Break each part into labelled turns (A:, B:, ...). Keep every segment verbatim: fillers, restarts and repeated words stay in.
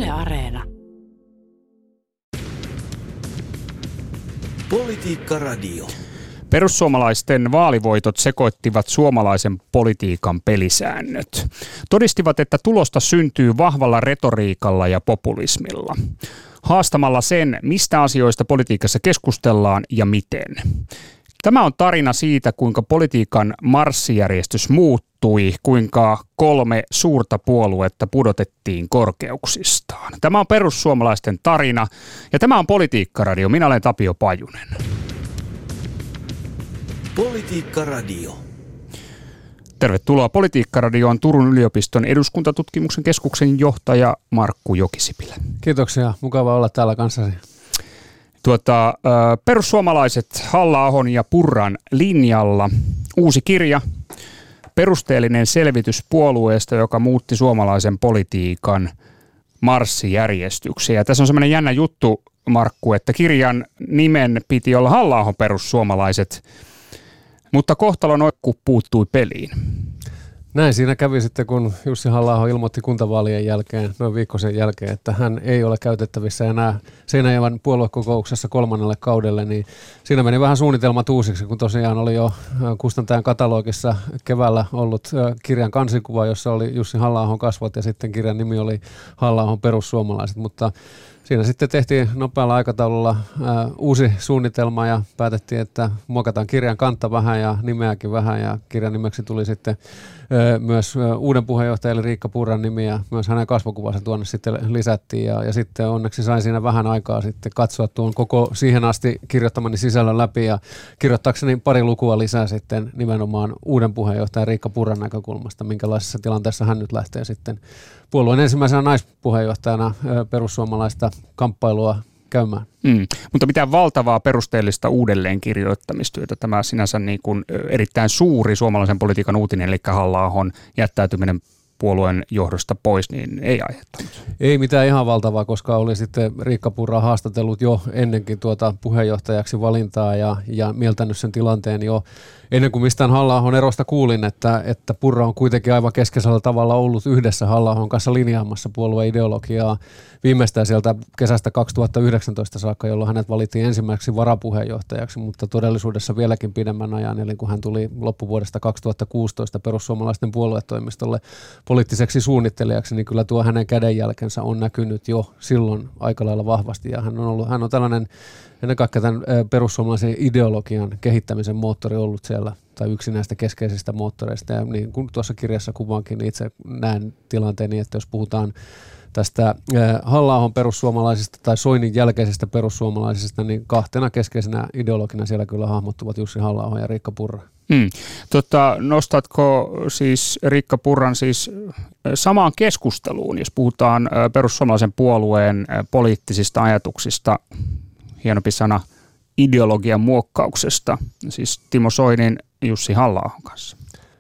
A: Yle Areena.
B: Politiikka Radio.
C: Perussuomalaisten vaalivoitot sekoittivat suomalaisen politiikan pelisäännöt. Todistivat, että tulosta syntyy vahvalla retoriikalla ja populismilla. Haastamalla sen, mistä asioista politiikassa keskustellaan ja miten. Tämä on tarina siitä, kuinka politiikan marssijärjestys muuttui, kuinka kolme suurta puoluetta pudotettiin korkeuksistaan. Tämä on perussuomalaisten tarina ja tämä on Politiikka Radio. Minä olen Tapio Pajunen.
B: Politiikka Radio.
C: Tervetuloa Politiikka Radioon Turun yliopiston eduskuntatutkimuksen keskuksen johtaja Markku Jokisipilä.
D: Kiitoksia, mukava olla täällä kanssasi.
C: Tuota, perussuomalaiset Halla-ahon ja Purran linjalla. Uusi kirja, perusteellinen selvitys puolueesta, joka muutti suomalaisen politiikan marssijärjestyksiä. Ja tässä on semmoinen jännä juttu, Markku, että kirjan nimen piti olla Halla-ahon perussuomalaiset, mutta kohtalon oikku puuttui peliin.
D: Näin siinä kävi sitten, kun Jussi Halla-aho ilmoitti kuntavaalien jälkeen, noin viikko sen jälkeen, että hän ei ole käytettävissä enää Seinäjoen puoluekokouksessa kolmannelle kaudelle, niin siinä meni vähän suunnitelmat uusiksi, kun tosiaan oli jo kustantajan katalogissa keväällä ollut kirjan kansikuva, jossa oli Jussi Halla-ahon kasvot ja sitten kirjan nimi oli Halla-ahon perussuomalaiset, mutta siinä sitten tehtiin nopealla aikataululla ää, uusi suunnitelma ja päätettiin, että muokataan kirjan kantta vähän ja nimeäkin vähän ja kirjan nimeksi tuli sitten ää, myös ää, uuden puheenjohtajan eli Riikka Purran nimi ja myös hänen kasvokuvansa tuonne sitten lisättiin ja, ja sitten onneksi sain siinä vähän aikaa sitten katsoa tuon koko siihen asti kirjoittamani sisällön läpi ja kirjoittaakseni pari lukua lisää sitten nimenomaan uuden puheenjohtajan Riikka Purran näkökulmasta, minkälaisessa tilanteessa hän nyt lähtee sitten puolueen ensimmäisenä naispuheenjohtajana perussuomalaista kamppailua käymään.
C: Mm, mutta mitään valtavaa perusteellista uudelleenkirjoittamistyötä. Tämä sinänsä niin kuin erittäin suuri suomalaisen politiikan uutinen, eli Halla-ahon jättäytyminen puolueen johdosta pois, niin ei aiheuttanut.
D: Ei mitään ihan valtavaa, koska oli sitten Riikka Purra haastatellut jo ennenkin tuota puheenjohtajaksi valintaa ja, ja mieltänyt sen tilanteen jo ennen kuin mistään Halla-ahon erosta kuulin, että, että Purra on kuitenkin aivan keskeisellä tavalla ollut yhdessä Halla-ahon kanssa linjaamassa puolueen ideologiaa viimeistään sieltä kesästä kaksituhattayhdeksäntoista saakka, jolloin hänet valittiin ensimmäiseksi varapuheenjohtajaksi, mutta todellisuudessa vieläkin pidemmän ajan, eli kun hän tuli loppuvuodesta kaksituhattakuusitoista perussuomalaisten puoluetoimistolle poliittiseksi suunnittelijaksi, niin kyllä tuo hänen kädenjälkensä on näkynyt jo silloin aika lailla vahvasti, ja hän on ollut, hän on tällainen ennen kaikkea tämän perussuomalaisen ideologian kehittämisen moottori ollut siellä, tai yksi näistä keskeisistä moottoreista. Ja niin kuin tuossa kirjassa kuvaankin, niin itse näen tilanteen niin, että jos puhutaan tästä Halla-ahon perussuomalaisista tai Soinin jälkeisestä perussuomalaisista, niin kahtena keskeisenä ideologina siellä kyllä hahmottuvat Jussi Halla-aho ja Riikka Purra.
C: Hmm. Tota, nostatko siis Riikka Purran siis samaan keskusteluun, jos puhutaan perussuomalaisen puolueen poliittisista ajatuksista, hienompi sana, ideologian muokkauksesta, siis Timo Soinin Jussi Halla-ahon kanssa?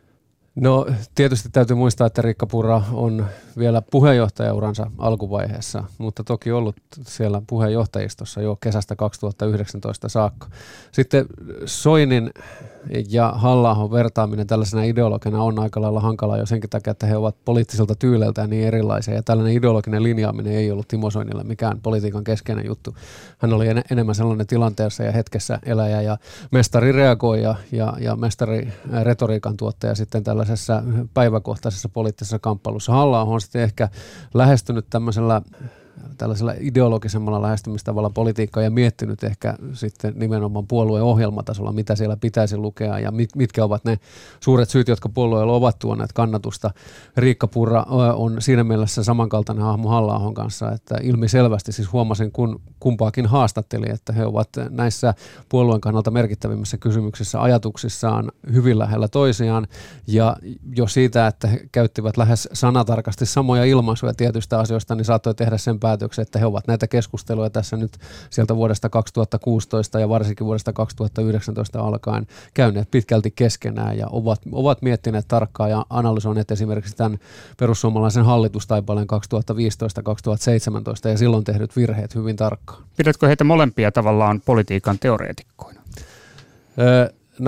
D: No tietysti täytyy muistaa, että Riikka Purra on vielä puheenjohtajauransa alkuvaiheessa, mutta toki ollut siellä puheenjohtajistossa jo kesästä kaksituhattayhdeksäntoista saakka. Sitten Soinin ja Halla-ahon vertaaminen tällaisena ideologina on aika lailla hankalaa jo senkin takia, että he ovat poliittiselta tyyleltään niin erilaisia ja tällainen ideologinen linjaaminen ei ollut Timo Soinille mikään politiikan keskeinen juttu. Hän oli en- enemmän sellainen tilanteessa ja hetkessä eläjä ja mestari reagoi ja, ja, ja mestari retoriikan tuottaja sitten tällaisessa päiväkohtaisessa poliittisessa kamppailussa. Halla-aho on sitten ehkä lähestynyt tämmöisellä tällaisella ideologisemmalla lähestymistavalla politiikkaa ja miettinyt ehkä sitten nimenomaan puolueen ohjelmatasolla, mitä siellä pitäisi lukea ja mit, mitkä ovat ne suuret syyt, jotka puolueella ovat tuoneet kannatusta. Riikka Purra on siinä mielessä samankaltainen hahmo Halla-ahon kanssa, että ilmiselvästi siis huomasin, kun kumpaakin haastatteli, että he ovat näissä puolueen kannalta merkittävimmissä kysymyksissä ajatuksissaan hyvin lähellä toisiaan ja jo siitä, että he käyttivät lähes sanatarkasti samoja ilmaisuja tietyistä asioista, niin saattoi tehdä sen päätöksen, että he ovat näitä keskusteluja tässä nyt sieltä vuodesta kaksituhattakuusitoista ja varsinkin vuodesta kaksituhattayhdeksäntoista alkaen käyneet pitkälti keskenään ja ovat, ovat miettineet tarkkaan ja analysoineet esimerkiksi tämän perussuomalaisen hallitustaipaleen kaksituhattaviisitoista kaksituhattaseitsemäntoista ja silloin tehdyt virheet hyvin tarkkaan.
C: Pidätkö heitä molempia tavallaan politiikan teoreetikkoina?
D: Öö, no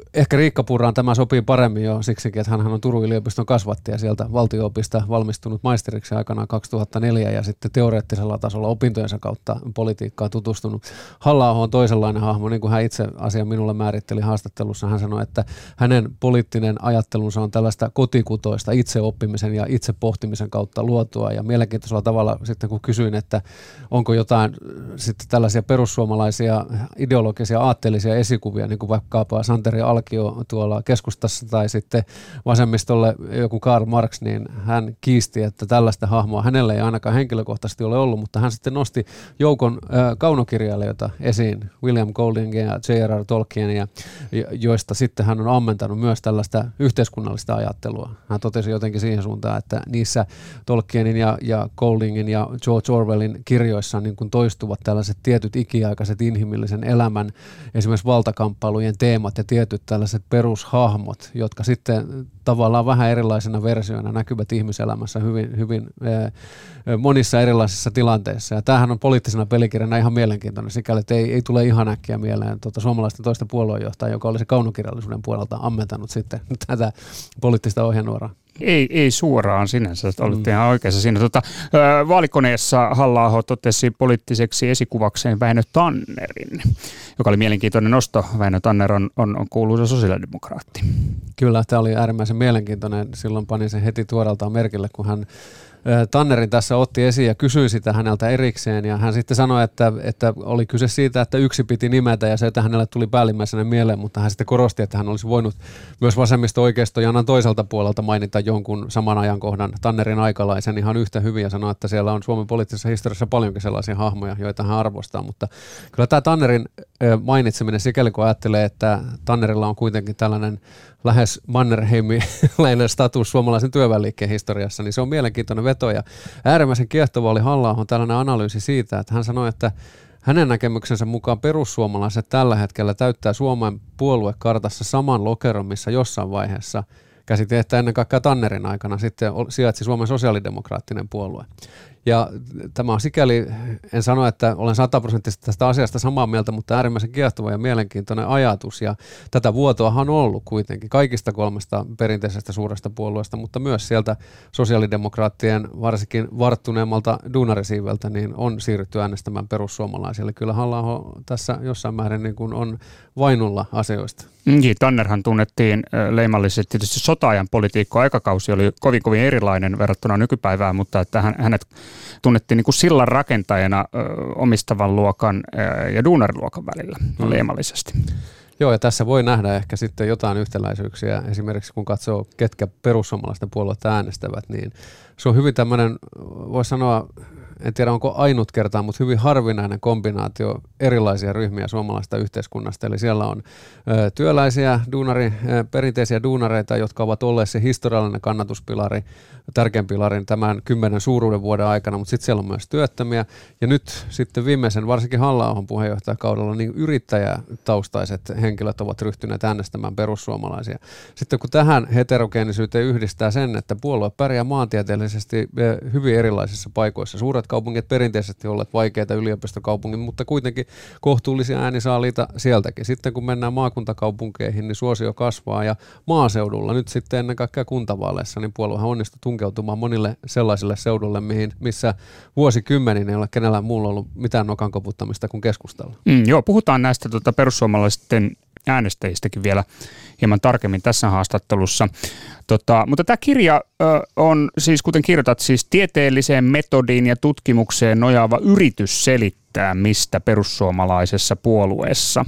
D: ehkä Riikka Purraan tämä sopii paremmin jo siksikin, että hän on Turun yliopiston kasvattaja sieltä valtio-opista valmistunut maisteriksi aikanaan kaksituhattaneljä ja sitten teoreettisella tasolla opintojensa kautta politiikkaa tutustunut. Halla-aho on toisenlainen hahmo, niin kuin hän itse asia minulle määritteli haastattelussa. Hän sanoi, että hänen poliittinen ajattelunsa on tällaista kotikutoista itseoppimisen ja itse pohtimisen kautta luotua ja mielenkiintoisella tavalla sitten kun kysyin, että onko jotain sitten tällaisia perussuomalaisia ideologisia aatteellisia esikuvia, niin kuin vaikkapa Santeri Alkio tuolla keskustassa tai sitten vasemmistolle joku Karl Marx, niin hän kiisti, että tällaista hahmoa hänelle ei ainakaan henkilökohtaisesti ole ollut, mutta hän sitten nosti joukon äh, kaunokirjailijoita esiin, William Golding ja J R R Tolkien, ja, joista sitten hän on ammentanut myös tällaista yhteiskunnallista ajattelua. Hän totesi jotenkin siihen suuntaan, että niissä Tolkienin ja, ja Goldingin ja George Orwellin kirjoissa niin kuin toistuvat tällaiset tietyt ikiaikaiset inhimillisen elämän, esimerkiksi valtakamppailujen teemat ja tietyt tällaiset perushahmot, jotka sitten tavallaan vähän erilaisina versioina näkyvät ihmiselämässä hyvin, hyvin eh, monissa erilaisissa tilanteissa. Ja tämähän on poliittisena pelikirjana ihan mielenkiintoinen, sikäli että ei, ei tule ihan äkkiä mieleen tuota suomalaisten toista puolueenjohtajaa, joka olisi kaunokirjallisuuden puolelta ammentanut sitten tätä poliittista ohjenuoraa.
C: Ei, ei suoraan sinänsä, olet mm. ihan oikeassa siinä. Tota, vaalikoneessa Halla-aho totesi poliittiseksi esikuvakseen Väinö Tannerin, joka oli mielenkiintoinen nosto. Väinö Tanner on, on, on kuuluisa sosiaalidemokraatti.
D: Kyllä, tämä oli äärimmäisen mielenkiintoinen. Silloin panin sen heti tuoreeltaan merkille, kun hän Tannerin tässä otti esiin ja kysyi sitä häneltä erikseen ja hän sitten sanoi, että, että oli kyse siitä, että yksi piti nimetä ja se, että hänelle tuli päällimmäisenä mieleen, mutta hän sitten korosti, että hän olisi voinut myös vasemmisto-oikeisto-janan toiselta puolelta mainita jonkun saman ajankohdan Tannerin aikalaisen ihan yhtä hyvin ja sanoi, että siellä on Suomen poliittisessa historiassa paljonkin sellaisia hahmoja, joita hän arvostaa, mutta kyllä tämä Tannerin mainitseminen sikäli kun ajattelee, että Tannerilla on kuitenkin tällainen lähes Mannerheimilainen status suomalaisen työväenliikkeen historiassa, niin se on mielenkiintoinen veto ja äärimmäisen kiehtova oli Halla-ahon tällainen analyysi siitä, että hän sanoi, että hänen näkemyksensä mukaan perussuomalaiset tällä hetkellä täyttää Suomen puoluekartassa saman lokeron, missä jossain vaiheessa käsitin, että ennen kaikkea Tannerin aikana sitten sijaitsi Suomen sosiaalidemokraattinen puolue. Ja tämä on sikäli, en sano, että olen sataprosenttisesti tästä asiasta samaa mieltä, mutta äärimmäisen kiehtova ja mielenkiintoinen ajatus. Ja tätä vuotoahan on ollut kuitenkin kaikista kolmesta perinteisestä suuresta puolueesta, mutta myös sieltä sosiaalidemokraattien varsinkin varttuneemmalta duunarisiiveltä niin on siirrytty äänestämään perussuomalaisille. Kyllä Halla-aho tässä jossain määrin niin kuin on vainulla asioista.
C: Niin, Tannerhan tunnettiin leimallisesti tietysti sota-ajan politiikko. Aikakausi oli kovin kovin erilainen verrattuna nykypäivään, mutta että hänet tunnettiin niin kuin sillan rakentajana ö, omistavan luokan ö, ja duunariluokan välillä mm. leimallisesti.
D: Joo, ja tässä voi nähdä ehkä sitten jotain yhtäläisyyksiä. Esimerkiksi kun katsoo, ketkä perussuomalaisten puolueet äänestävät, niin se on hyvin tämmöinen, voisi sanoa, en tiedä onko ainut kertaa, mutta hyvin harvinainen kombinaatio erilaisia ryhmiä suomalaisesta yhteiskunnasta. Eli siellä on ö, työläisiä, duunari, ö, perinteisiä duunareita, jotka ovat olleet se historiallinen kannatuspilari, tärkein pilari tämän kymmenen suuruuden vuoden aikana, mutta sitten siellä on myös työttömiä. Ja nyt sitten viimeisen, varsinkin Halla-ahon puheenjohtajakaudella, niin yrittäjätaustaiset henkilöt ovat ryhtyneet äänestämään perussuomalaisia. Sitten kun tähän heterogeenisyyteen yhdistää sen, että puolue pärjää maantieteellisesti hyvin erilaisissa paikoissa. Suuret kaupungit perinteisesti olleet vaikeita yliopistokaupungit, mutta kuitenkin kohtuullisia äänisaaliita sieltäkin. Sitten kun mennään maakuntakaupunkeihin, niin suosio kasvaa ja maaseudulla nyt sitten ennen kaikkea kuntavaaleissa, niin puoluehan onnistui tunkeutumaan monille sellaisille seudulle, mihin, missä vuosikymmeniin ei ole kenellään muulla ollut mitään nokan koputtamista kuin keskustalla.
C: Mm, joo, puhutaan näistä tuota, perussuomalaisten äänestäjistäkin vielä hieman tarkemmin tässä haastattelussa. Tota, mutta tämä kirja ö, on siis, kuten kirjoitat, siis tieteelliseen metodiin ja tutkimukseen nojaava yritys selittää, mistä perussuomalaisessa puolueessa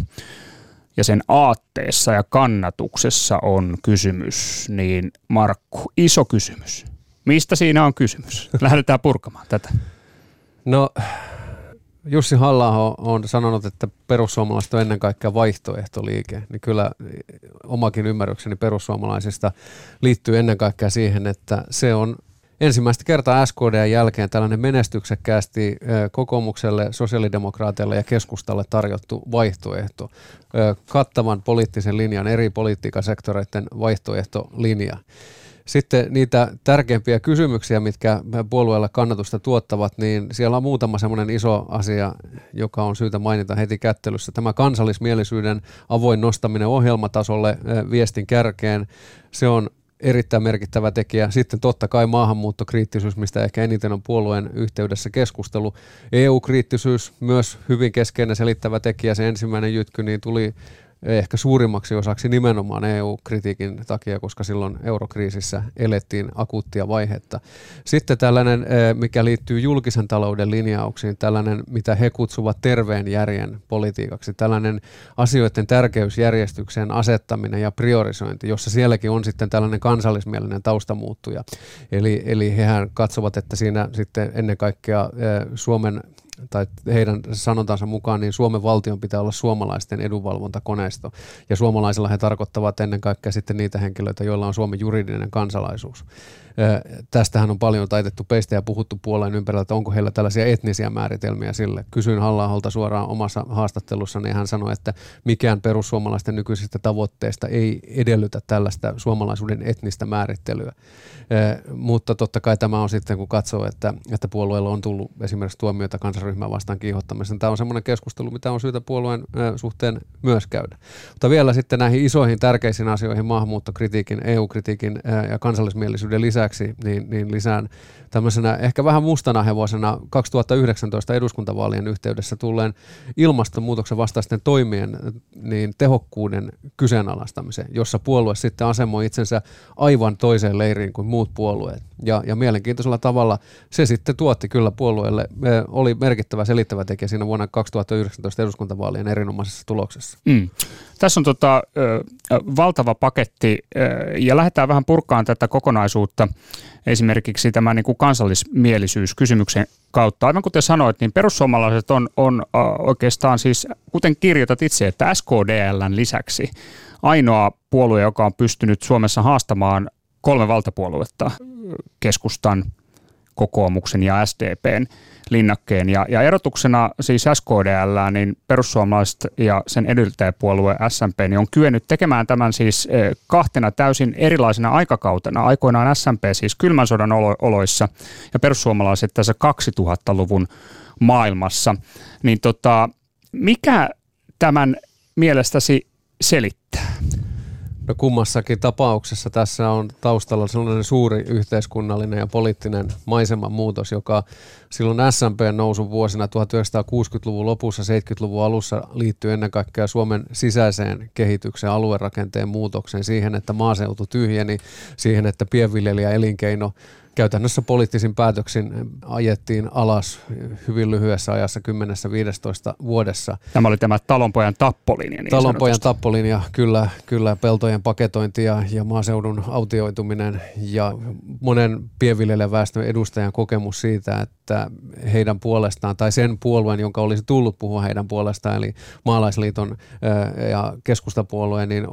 C: ja sen aatteessa ja kannatuksessa on kysymys. Niin Markku, iso kysymys. Mistä siinä on kysymys? Lähdetään purkamaan tätä.
D: No, Jussi Halla-aho on sanonut, että perussuomalaiset on ennen kaikkea vaihtoehtoliike, niin kyllä omakin ymmärrykseni perussuomalaisista liittyy ennen kaikkea siihen, että se on ensimmäistä kertaa S K D:n jälkeen tällainen menestyksekkäästi kokoomukselle, sosiaalidemokraateille ja keskustalle tarjottu vaihtoehto, kattavan poliittisen linjan, eri politiikan sektoreiden vaihtoehtolinja. Sitten niitä tärkeimpiä kysymyksiä, mitkä puolueella kannatusta tuottavat, niin siellä on muutama semmoinen iso asia, joka on syytä mainita heti kättelyssä. Tämä kansallismielisyyden avoin nostaminen ohjelmatasolle viestin kärkeen, se on erittäin merkittävä tekijä. Sitten totta kai maahanmuuttokriittisyys, mistä ehkä eniten on puolueen yhteydessä keskustelu. E U-kriittisyys, myös hyvin keskeinen selittävä tekijä. Se ensimmäinen jytky niin tuli ehkä suurimmaksi osaksi nimenomaan E U-kritiikin takia, koska silloin eurokriisissä elettiin akuuttia vaihetta. Sitten tällainen, mikä liittyy julkisen talouden linjauksiin, tällainen, mitä he kutsuvat terveen järjen politiikaksi, tällainen asioiden tärkeysjärjestykseen asettaminen ja priorisointi, jossa sielläkin on sitten tällainen kansallismielinen taustamuuttuja. Eli, eli hehän katsovat, että siinä sitten ennen kaikkea Suomen tai heidän sanontansa mukaan, niin Suomen valtion pitää olla suomalaisten edunvalvontakoneisto. Ja suomalaisilla he tarkoittavat ennen kaikkea sitten niitä henkilöitä, joilla on Suomen juridinen kansalaisuus. Tästähän on paljon taitettu peistä ja puhuttu puolueen ympärillä, että onko heillä tällaisia etnisiä määritelmiä sille. Kysyin Halla-aholta suoraan omassa haastattelussani ja hän sanoi, että mikään perussuomalaisten nykyisistä tavoitteista ei edellytä tällaista suomalaisuuden etnistä määrittelyä. Mutta totta kai tämä on sitten, kun katsoo, että, että puolueella on tullut esimerkiksi tuomioita kansanryhmää vastaan kiihottamisen. Tämä on semmoinen keskustelu, mitä on syytä puolueen suhteen myös käydä. Mutta vielä sitten näihin isoihin tärkeisiin asioihin, maahanmuuttokritiikin, E U-kritiikin ja kansallismielisyyden lisäksi, niin, niin lisään tämmöisenä ehkä vähän mustana hevosena kaksituhattayhdeksäntoista eduskuntavaalien yhteydessä tulleen ilmastonmuutoksen vastaisten toimien niin tehokkuuden kyseenalaistamisen, jossa puolue sitten asemoi itsensä aivan toiseen leiriin kuin muut puolueet. Ja, ja mielenkiintoisella tavalla se sitten tuotti kyllä puolueelle, oli merkittävä selittävä tekijä siinä vuonna kaksituhattayhdeksäntoista eduskuntavaalien erinomaisessa tuloksessa. Mm.
C: Tässä on tota, ö, valtava paketti ö, ja lähdetään vähän purkaan tätä kokonaisuutta esimerkiksi tämän niin kuin kansallismielisyyskysymyksen kautta. Aivan kuten sanoit, niin perussuomalaiset on, on ö, oikeastaan siis, kuten kirjoitat itse, että S K D L:n lisäksi ainoa puolue, joka on pystynyt Suomessa haastamaan kolme valtapuoluetta, keskustan, kokoomuksen ja S D P:n linnakkeen. Ja, ja erotuksena siis S K D L, niin perussuomalaiset ja sen edeltäjäpuolue S M P niin on kyennyt tekemään tämän siis kahtena täysin erilaisena aikakautena. Aikoinaan S M P siis kylmän sodan oloissa ja perussuomalaiset tässä kaksituhattaluvun maailmassa. Niin tota, mikä tämän mielestäsi selittää?
D: No kummassakin tapauksessa tässä on taustalla sellainen suuri yhteiskunnallinen ja poliittinen maiseman muutos, joka silloin S M P:n nousun vuosina tuhatyhdeksänsataakuusikymmentäluvun lopussa, seitsemänkymmentäluvun alussa liittyy ennen kaikkea Suomen sisäiseen kehitykseen, aluerakenteen muutokseen, siihen, että maaseutu tyhjeni, siihen, että pienviljelijä elinkeino käytännössä poliittisin päätöksin ajettiin alas hyvin lyhyessä ajassa kymmenessä viidessätoista vuodessa.
C: Tämä oli tämä talonpojan tappolinja. Niin
D: talonpojan tappolinja, kyllä, kyllä peltojen paketointi ja, ja maaseudun autioituminen ja monen pienviljelijän väestön edustajan kokemus siitä, että heidän puolestaan tai sen puolueen, jonka olisi tullut puhua heidän puolestaan, eli Maalaisliiton ja keskustapuolueen, niin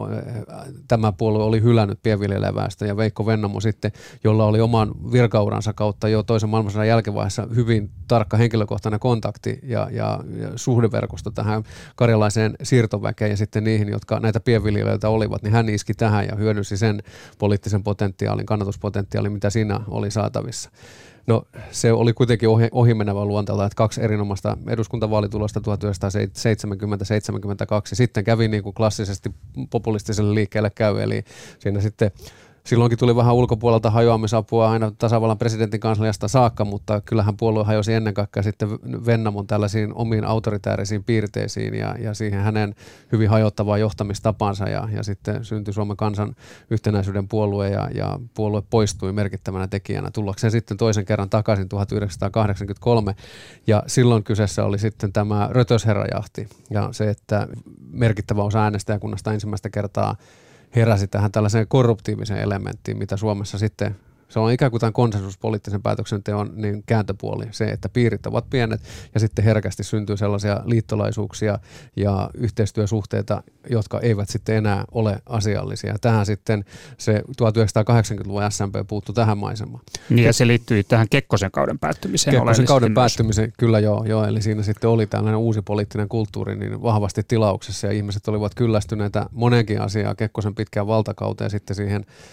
D: tämä puolue oli hylännyt pienviljelijän väestön ja Veikko Vennamo sitten, jolla oli oman virkauransa kautta jo toisen maailmansodan jälkivaiheessa hyvin tarkka henkilökohtainen kontakti ja, ja, ja suhdeverkosto tähän karjalaiseen siirtoväkeen ja sitten niihin, jotka näitä pienviljelijöitä olivat, niin hän iski tähän ja hyödynsi sen poliittisen potentiaalin, kannatuspotentiaalin, mitä siinä oli saatavissa. No se oli kuitenkin ohi, ohimenevä luonteelta, että kaksi erinomaista eduskuntavaalitulosta tuhatyhdeksänsataaseitsemänkymmentä seitsemänkymmentäkaksi sitten kävi niin kuin klassisesti populistiselle liikkeelle käy, eli siinä sitten silloinkin tuli vähän ulkopuolelta hajoamisapua aina tasavallan presidentin kansliasta saakka, mutta kyllähän puolue hajosi ennen kaikkea sitten Vennamon tällaisiin omiin autoritäärisiin piirteisiin ja, ja siihen hänen hyvin hajottavaan johtamistapansa ja, ja sitten syntyi Suomen kansan yhtenäisyyden puolue ja, ja puolue poistui merkittävänä tekijänä tullakseen sitten toisen kerran takaisin tuhatyhdeksänsataakahdeksankymmentäkolme ja silloin kyseessä oli sitten tämä rötösherrajahti ja se, että merkittävä osa äänestäjäkunnasta ensimmäistä kertaa heräsi tähän tällaiseen korruptiiviseen elementtiin, mitä Suomessa sitten, se on ikään kuin tämän konsensuspoliittisen päätöksenteon niin kääntöpuoli, se, että piirit ovat pienet ja sitten herkästi syntyy sellaisia liittolaisuuksia ja yhteistyösuhteita, jotka eivät sitten enää ole asiallisia. Tähän sitten se tuhatyhdeksänsataakahdeksankymmentäluvun S M P puuttui tähän maisemaan.
C: Niin ja se liittyy tähän Kekkosen kauden päättymiseen.
D: Kekkosen kauden päättymiseen, kyllä joo, joo, eli siinä sitten oli tällainen uusi poliittinen kulttuuri niin vahvasti tilauksessa ja ihmiset olivat kyllästyneitä monenkin asiaa Kekkosen pitkään valtakauteen ja sitten siihen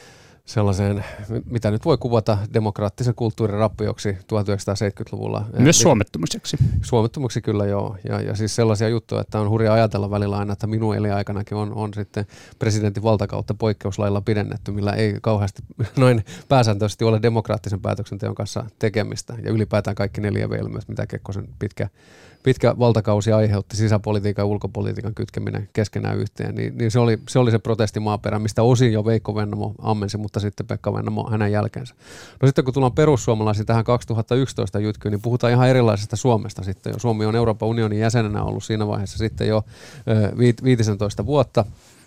D: sellaiseen, mitä nyt voi kuvata demokraattisen kulttuurin rappioksi tuhatyhdeksänsataaseitsemänkymmentäluvulla.
C: Myös suomettumiseksi.
D: Suomettumiseksi kyllä joo. Ja, ja siis sellaisia juttuja, että on hurja ajatella välillä aina, että minun elinaikanakin on, on sitten presidentin valtakautta poikkeuslailla pidennetty, millä ei kauheasti noin pääsääntöisesti ole demokraattisen päätöksenteon kanssa tekemistä. Ja ylipäätään kaikki neljä V-ilmiöt, mitä Kekkosen pitkä Pitkä valtakausi aiheutti sisäpolitiikan ja ulkopolitiikan kytkeminen keskenään yhteen, niin, niin se, oli, se oli se protestimaaperä, mistä osin jo Veikko Vennamo ammensi, mutta sitten Pekka Vennamo hänen jälkeensä. No sitten kun tullaan perussuomalaisiin tähän kaksituhattayksitoista jytkyyn, niin puhutaan ihan erilaisesta Suomesta sitten jo. Suomi on Euroopan unionin jäsenenä ollut siinä vaiheessa sitten jo viisitoista vuotta.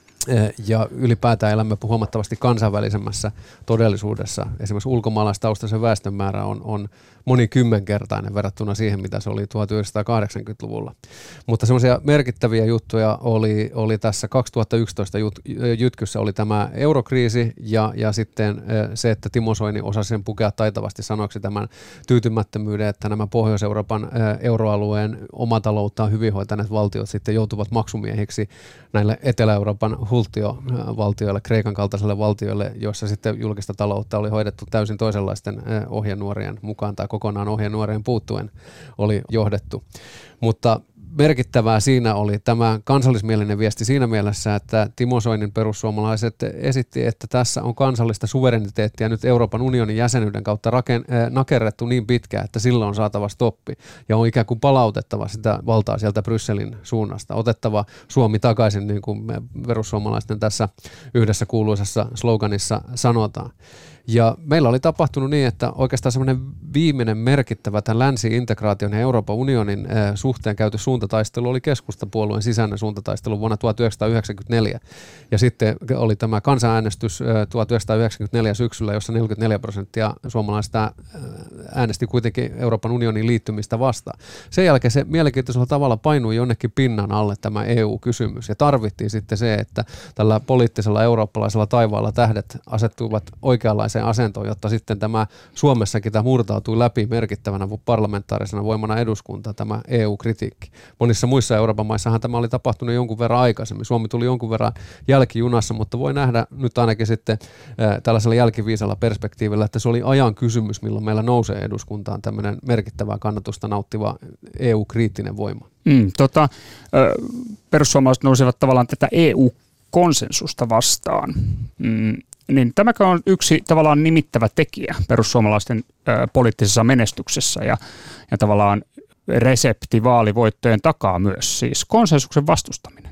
D: Ja ylipäätään elämme huomattavasti kansainvälisemmässä todellisuudessa. Esimerkiksi ulkomaalaistaustaisen väestön määrä on, on monikymmenkertainen verrattuna siihen, mitä se oli tuhatyhdeksänsataakahdeksankymmentäluvulla. Mutta semmoisia merkittäviä juttuja oli, oli tässä kaksituhattayksitoista jut, jytkyssä oli tämä eurokriisi ja, ja sitten se, että Timo Soini osasi sen pukea taitavasti sanoksi tämän tyytymättömyyden, että nämä Pohjois-Euroopan euroalueen omatalouttaan hyvin hoitaneet valtiot sitten joutuvat maksumiehiksi näille Etelä-Euroopan hulttiovaltioille, Kreikan kaltaisille valtioille, joissa sitten julkista taloutta oli hoidettu täysin toisenlaisten ohjenuorien mukaan tai kokonaan ohjenuorien puuttuen oli johdettu. Mutta merkittävää siinä oli tämä kansallismielinen viesti siinä mielessä, että Timo Soinin perussuomalaiset esitti, että tässä on kansallista suvereniteettia nyt Euroopan unionin jäsenyyden kautta raken, äh, nakerrettu niin pitkään, että silloin on saatava stoppi ja on ikään kuin palautettava sitä valtaa sieltä Brysselin suunnasta, otettava Suomi takaisin, niin kuin me perussuomalaisten tässä yhdessä kuuluisessa sloganissa sanotaan. Ja meillä oli tapahtunut niin, että oikeastaan semmoinen viimeinen merkittävä tämän länsi-integraation ja Euroopan unionin äh, suhteen käyty suuntataistelu oli keskustapuolueen sisäinen suuntataistelu vuonna tuhatyhdeksänsataayhdeksänkymmentäneljä. Ja sitten oli tämä kansanäänestys äh, tuhatyhdeksänsataayhdeksänkymmentäneljä syksyllä, jossa neljäkymmentäneljä prosenttia suomalaisista äh, äänesti kuitenkin Euroopan unionin liittymistä vastaan. Sen jälkeen se mielenkiintoisella tavalla painui jonnekin pinnan alle tämä E U-kysymys. Ja tarvittiin sitten se, että tällä poliittisella eurooppalaisella taivaalla tähdet asettuivat oikeanlaiseen asentoon, jotta sitten tämä Suomessakin tämä murtautui läpi merkittävänä parlamentaarisena voimana eduskunta, tämä E U-kritiikki. Monissa muissa Euroopan maissahan tämä oli tapahtunut jonkun verran aikaisemmin. Suomi tuli jonkun verran jälkijunassa, mutta voi nähdä nyt ainakin sitten äh, tällaisella jälkiviisalla perspektiivillä, että se oli ajan kysymys, milloin meillä nousee eduskuntaan tämmöinen merkittävää kannatusta nauttiva E U-kriittinen voima.
C: Mm, tota, perussuomalaiset nousivat tavallaan tätä E U-konsensusta vastaan. Mm. Niin tämäkö on yksi tavallaan nimittävä tekijä perussuomalaisten ö, poliittisessa menestyksessä ja, ja tavallaan resepti vaalivoittojen takaa myös, siis konsensuksen vastustaminen.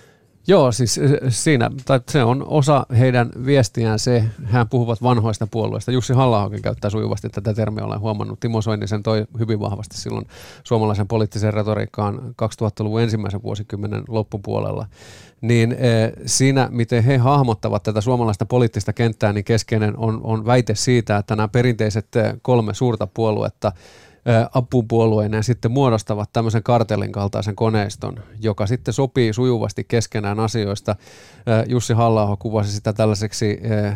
D: Joo, siis siinä, tai se on osa heidän viestiään se, hän puhuvat vanhoista puolueista. Jussi Halla-ahokin käyttää sujuvasti tätä termiä, olen huomannut. Timo Soini sen toi hyvin vahvasti silloin suomalaisen poliittiseen retoriikkaan kaksituhattaluvun ensimmäisen vuosikymmenen loppupuolella. Niin eh, siinä, miten he hahmottavat tätä suomalaista poliittista kenttää, niin keskeinen on, on väite siitä, että nämä perinteiset kolme suurta puoluetta apupuolueineen sitten muodostavat tämmöisen kartellin kaltaisen koneiston, joka sitten sopii sujuvasti keskenään asioista. Jussi Halla-aho kuvasi sitä tällaiseksi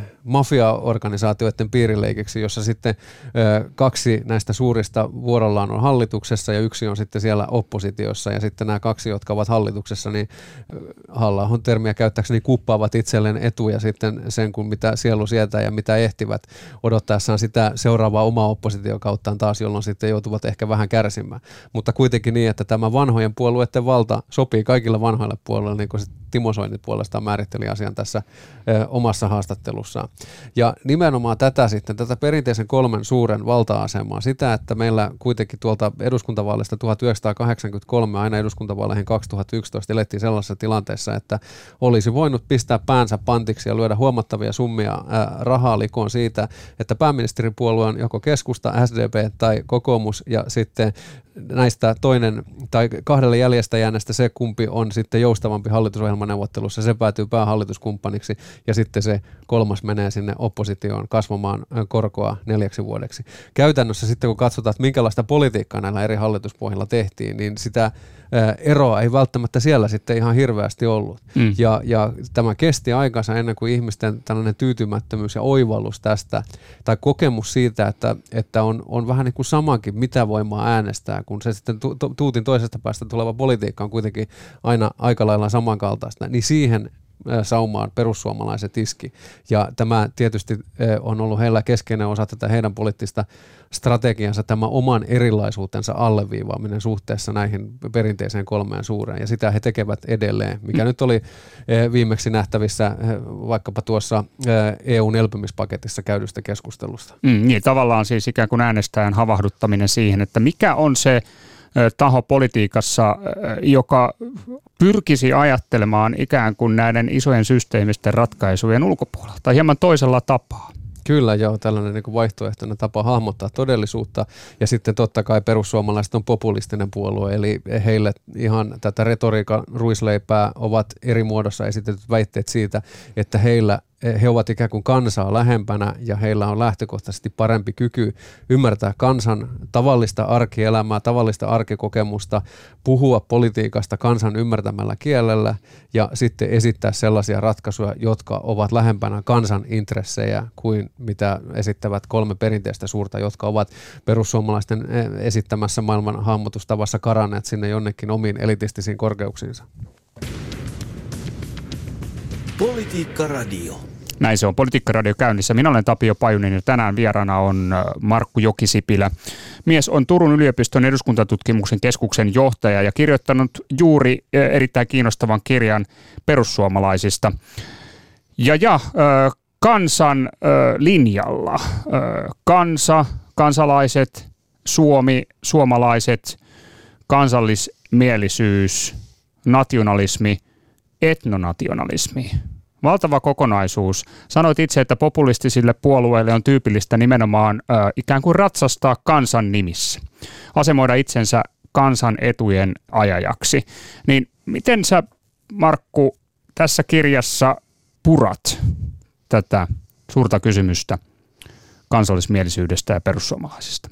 D: mafiaorganisaatioiden piirileikiksi, jossa sitten kaksi näistä suurista vuorollaan on hallituksessa ja yksi on sitten siellä oppositiossa ja sitten nämä kaksi, jotka ovat hallituksessa, niin Halla-ahon termiä käyttääkseni kuppaavat itselleen etuja sitten sen, kun mitä sielu sietää ja mitä ehtivät odottaessaan sitä seuraavaa omaa oppositiokauttaan taas, jolloin sitten joutuvat ehkä vähän kärsimään. Mutta kuitenkin niin, että tämä vanhojen puolueiden valta sopii kaikille vanhoille puolueille, niin kuin se Timo Soini puolestaan määritteli asian tässä ö, omassa haastattelussaan. Ja nimenomaan tätä sitten, tätä perinteisen kolmen suuren valta-asemaa, sitä, että meillä kuitenkin tuolta eduskuntavaalista tuhatyhdeksänsataakahdeksankymmentäkolme aina eduskuntavaaleihin kaksituhattayksitoista elettiin sellaisessa tilanteessa, että olisi voinut pistää päänsä pantiksi ja lyödä huomattavia summia ä, rahaa likoon siitä, että pääministeripuolue on joko keskusta, S D P tai kokoomus ja sitten näistä toinen tai kahdelle jäljestä jääneestä se, kumpi on sitten joustavampi hallitusohjelmaneuvottelussa, se päätyy päähallituskumppaniksi ja sitten se kolmas menee sinne oppositioon kasvamaan korkoa neljäksi vuodeksi. Käytännössä sitten kun katsotaan, että minkälaista politiikkaa näillä eri hallituspohjilla tehtiin, niin sitä eroa ei välttämättä siellä sitten ihan hirveästi ollut. Mm. Ja, ja tämä kesti aikansa ennen kuin ihmisten tällainen tyytymättömyys ja oivallus tästä, tai kokemus siitä, että, että on, on vähän niin kuin samakin, mitä voimaa äänestää, kun se sitten tu, tu, tuutin toisesta päästä tuleva politiikka on kuitenkin aina aika lailla samankaltaista, niin siihen saumaan perussuomalaiset iski. Ja tämä tietysti on ollut heillä keskeinen osa tätä heidän poliittista strategiansa, tämä oman erilaisuutensa alleviivaaminen suhteessa näihin perinteiseen kolmeen suureen. Ja sitä he tekevät edelleen, mikä mm. nyt oli viimeksi nähtävissä vaikkapa tuossa E U:n elpymispaketissa käydystä keskustelusta.
C: Mm, niin, tavallaan siis ikään kuin äänestäjän havahduttaminen siihen, että mikä on se taho politiikassa, joka pyrkisi ajattelemaan ikään kuin näiden isojen systeemisten ratkaisujen ulkopuolelta tai hieman toisella tapaa.
D: Kyllä joo, tällainen niin kuin vaihtoehtoinen tapa hahmottaa todellisuutta ja sitten totta kai perussuomalaiset on populistinen puolue, eli heille ihan tätä retoriikan ruisleipää ovat eri muodossa esitetyt väitteet siitä, että heillä he ovat ikään kuin kansaa lähempänä ja heillä on lähtökohtaisesti parempi kyky ymmärtää kansan tavallista arkielämää, tavallista arkikokemusta, puhua politiikasta kansan ymmärtämällä kielellä ja sitten esittää sellaisia ratkaisuja, jotka ovat lähempänä kansan intressejä kuin mitä esittävät kolme perinteistä suurta, jotka ovat perussuomalaisten esittämässä maailman hahmotustavassa karanneet sinne jonnekin omiin elitistisiin korkeuksiinsa.
B: Politiikka Radio.
C: Näin se on, Politiikka Radio käynnissä. Minä olen Tapio Pajunen ja tänään vieraana on Markku Jokisipilä. Mies on Turun yliopiston eduskuntatutkimuksen keskuksen johtaja ja kirjoittanut juuri erittäin kiinnostavan kirjan perussuomalaisista. Ja, ja kansan linjalla. Kansa, kansalaiset, Suomi, suomalaiset, kansallismielisyys, nationalismi, etnonationalismi. Valtava kokonaisuus. Sanoit itse, että populistisille puolueille on tyypillistä nimenomaan ö, ikään kuin ratsastaa kansan nimissä. Asemoida itsensä kansan etujen ajajaksi. Niin miten sä, Markku, tässä kirjassa purat tätä suurta kysymystä kansallismielisyydestä ja perussuomalaisista?